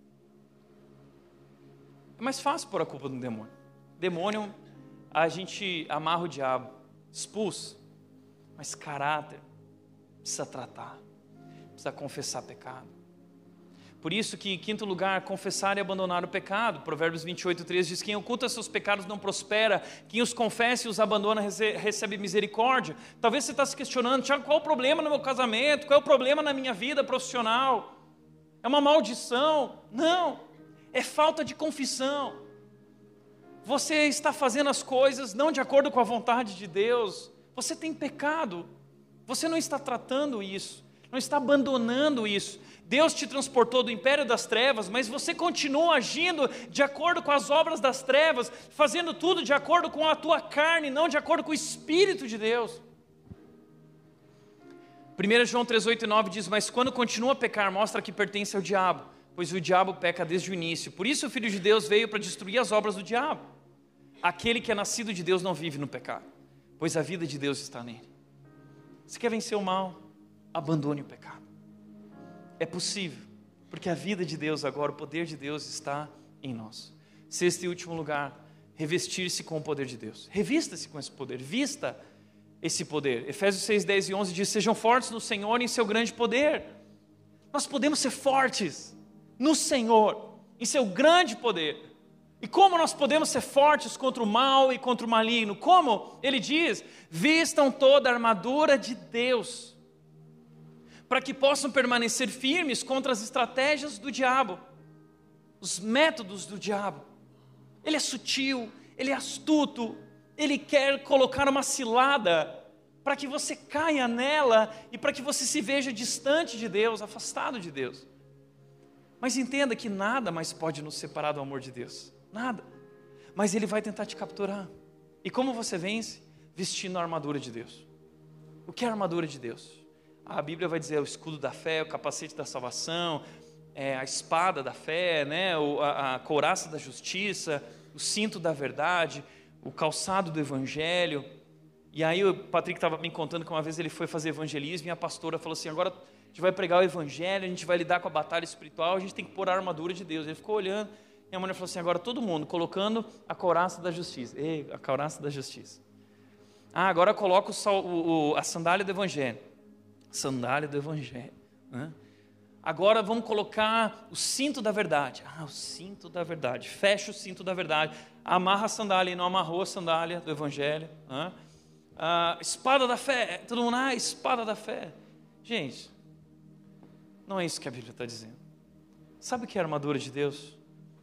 É mais fácil pôr a culpa no demônio. Demônio, a gente amarra o diabo, expulsa, mas caráter precisa tratar, precisa confessar pecado. Por isso que, em quinto lugar, confessar e abandonar o pecado. Provérbios vinte e oito, treze diz: quem oculta seus pecados não prospera, quem os confessa e os abandona recebe misericórdia. Talvez você está se questionando: Tiago, qual é o problema no meu casamento? Qual é o problema na minha vida profissional? É uma maldição? Não, é falta de confissão. Você está fazendo as coisas não de acordo com a vontade de Deus. Você tem pecado, você não está tratando isso, não está abandonando isso. Deus te transportou do império das trevas, mas você continua agindo de acordo com as obras das trevas, fazendo tudo de acordo com a tua carne, não de acordo com o Espírito de Deus. primeiro João três, oito e nove diz: mas quando continua a pecar, mostra que pertence ao diabo, pois o diabo peca desde o início. Por isso o Filho de Deus veio para destruir as obras do diabo. Aquele que é nascido de Deus não vive no pecado, pois a vida de Deus está nele. Se quer vencer o mal, abandone o pecado. É possível, porque a vida de Deus agora, o poder de Deus está em nós. Sexto e último lugar, revestir-se com o poder de Deus. Revista-se com esse poder, vista esse poder. Efésios seis, dez e onze diz: sejam fortes no Senhor e em seu grande poder. Nós podemos ser fortes no Senhor, em seu grande poder. E como nós podemos ser fortes contra o mal e contra o maligno? Como? Ele diz: vistam toda a armadura de Deus, para que possam permanecer firmes contra as estratégias do diabo, os métodos do diabo. Ele é sutil, ele é astuto, ele quer colocar uma cilada para que você caia nela e para que você se veja distante de Deus, afastado de Deus. Mas entenda que nada mais pode nos separar do amor de Deus, nada. Mas ele vai tentar te capturar. E como você vence? Vestindo a armadura de Deus. O que é a armadura de Deus? A Bíblia vai dizer: o escudo da fé, o capacete da salvação, é, a espada da fé, né, o, a, a couraça da justiça, o cinto da verdade, o calçado do evangelho. E aí o Patrick estava me contando que uma vez ele foi fazer evangelismo e a pastora falou assim: agora a gente vai pregar o evangelho, a gente vai lidar com a batalha espiritual, a gente tem que pôr a armadura de Deus. Ele ficou olhando e a mulher falou assim: agora todo mundo colocando a couraça da justiça. Ei, a couraça da justiça. Ah, agora coloca o, o, a sandália do evangelho. Sandália do evangelho, né? Agora vamos colocar o cinto da verdade. Ah, o cinto da verdade. Fecha o cinto da verdade. Amarra a sandália e não amarrou a sandália do evangelho, né? Ah, espada da fé. Todo mundo, ah, espada da fé. Gente, não é isso que a Bíblia está dizendo. Sabe o que é a armadura de Deus?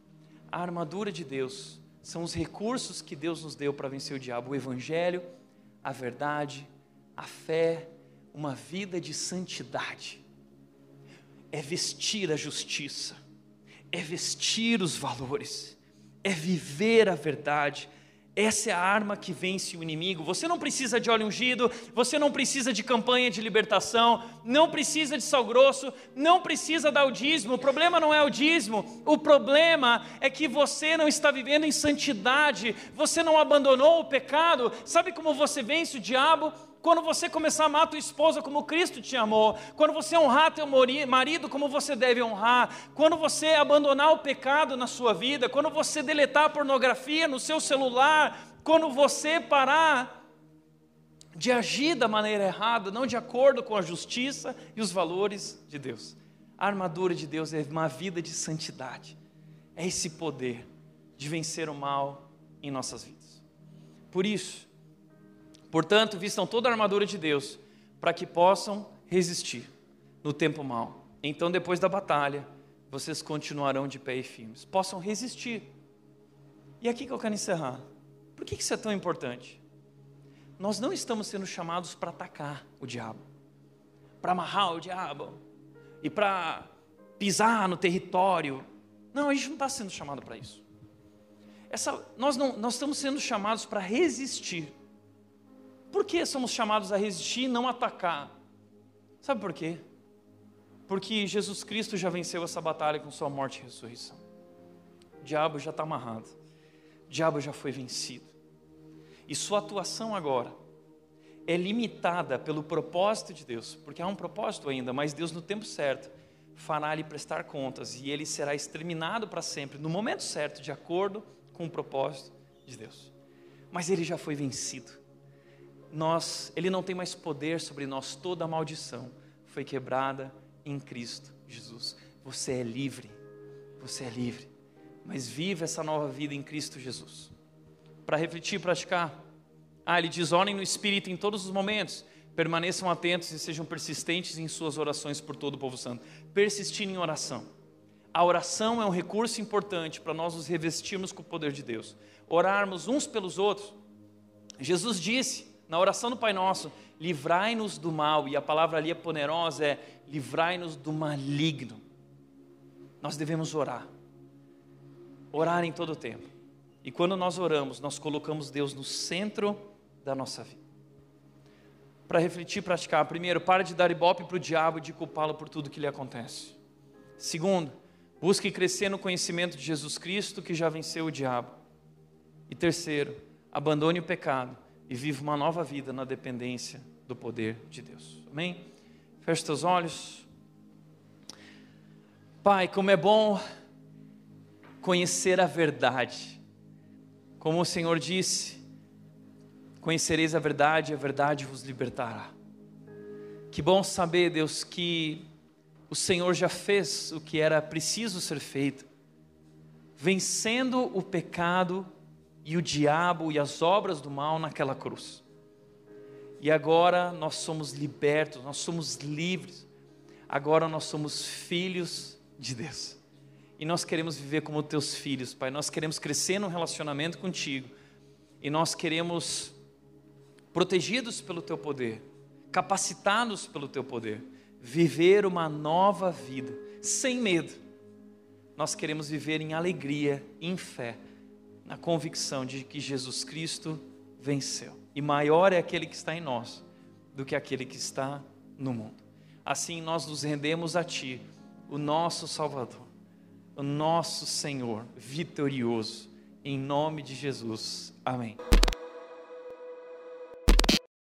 A armadura de Deus são os recursos que Deus nos deu para vencer o diabo: o evangelho, a verdade, a fé, uma vida de santidade é vestir a justiça, é vestir os valores, é viver a verdade. Essa é a arma que vence o inimigo. Você não precisa de óleo ungido, você não precisa de campanha de libertação, não precisa de sal grosso, não precisa dar o dízimo. O problema não é o dízimo, o problema é que você não está vivendo em santidade, você não abandonou o pecado. Sabe como você vence o diabo? Quando você começar a amar tua esposa como Cristo te amou, quando você honrar teu marido como você deve honrar, quando você abandonar o pecado na sua vida, quando você deletar a pornografia no seu celular, quando você parar de agir da maneira errada, não de acordo com a justiça e os valores de Deus. A armadura de Deus é uma vida de santidade, é esse poder de vencer o mal em nossas vidas. Por isso, portanto, vistam toda a armadura de Deus, para que possam resistir no tempo mau. Então, depois da batalha, vocês continuarão de pé e firmes. Possam resistir. E aqui que eu quero encerrar. Por que isso é tão importante? Nós não estamos sendo chamados para atacar o diabo, para amarrar o diabo, e para pisar no território. Não, a gente não está sendo chamado para isso. Essa, nós, não, nós estamos sendo chamados para resistir. Por que somos chamados a resistir e não atacar? Sabe por quê? Porque Jesus Cristo já venceu essa batalha com sua morte e ressurreição. O diabo já está amarrado. O diabo já foi vencido. E sua atuação agora é limitada pelo propósito de Deus. Porque há um propósito ainda, mas Deus no tempo certo fará lhe prestar contas. E ele será exterminado para sempre, no momento certo, de acordo com o propósito de Deus. Mas ele já foi vencido. Nós, ele não tem mais poder sobre nós, toda a maldição foi quebrada em Cristo Jesus. Você é livre, você é livre, mas vive essa nova vida em Cristo Jesus. Para refletir e praticar, ah, ele diz: orem no Espírito em todos os momentos, permaneçam atentos e sejam persistentes em suas orações por todo o povo santo. Persistir em oração. A oração é um recurso importante para nós nos revestirmos com o poder de Deus, orarmos uns pelos outros. Jesus disse na oração do Pai Nosso: livrai-nos do mal, e a palavra ali é poderosa, é livrai-nos do maligno. Nós devemos orar, orar em todo o tempo, e quando nós oramos, nós colocamos Deus no centro da nossa vida. Para refletir e praticar, primeiro, para de dar ibope para o diabo e de culpá-lo por tudo que lhe acontece. Segundo, busque crescer no conhecimento de Jesus Cristo, que já venceu o diabo. E terceiro, abandone o pecado e viva uma nova vida na dependência do poder de Deus. Amém? Feche teus olhos. Pai, como é bom conhecer a verdade. Como o Senhor disse: conhecereis a verdade e a verdade vos libertará. Que bom saber, Deus, que o Senhor já fez o que era preciso ser feito, vencendo o pecado e o diabo e as obras do mal naquela cruz. E agora nós somos libertos, nós somos livres. Agora nós somos filhos de Deus. E nós queremos viver como teus filhos, Pai. Nós queremos crescer num relacionamento contigo. E nós queremos, protegidos pelo teu poder, capacitados pelo teu poder, viver uma nova vida, sem medo. Nós queremos viver em alegria, em fé, na convicção de que Jesus Cristo venceu. E maior é aquele que está em nós do que aquele que está no mundo. Assim nós nos rendemos a Ti, o nosso Salvador, o nosso Senhor vitorioso, em nome de Jesus. Amém.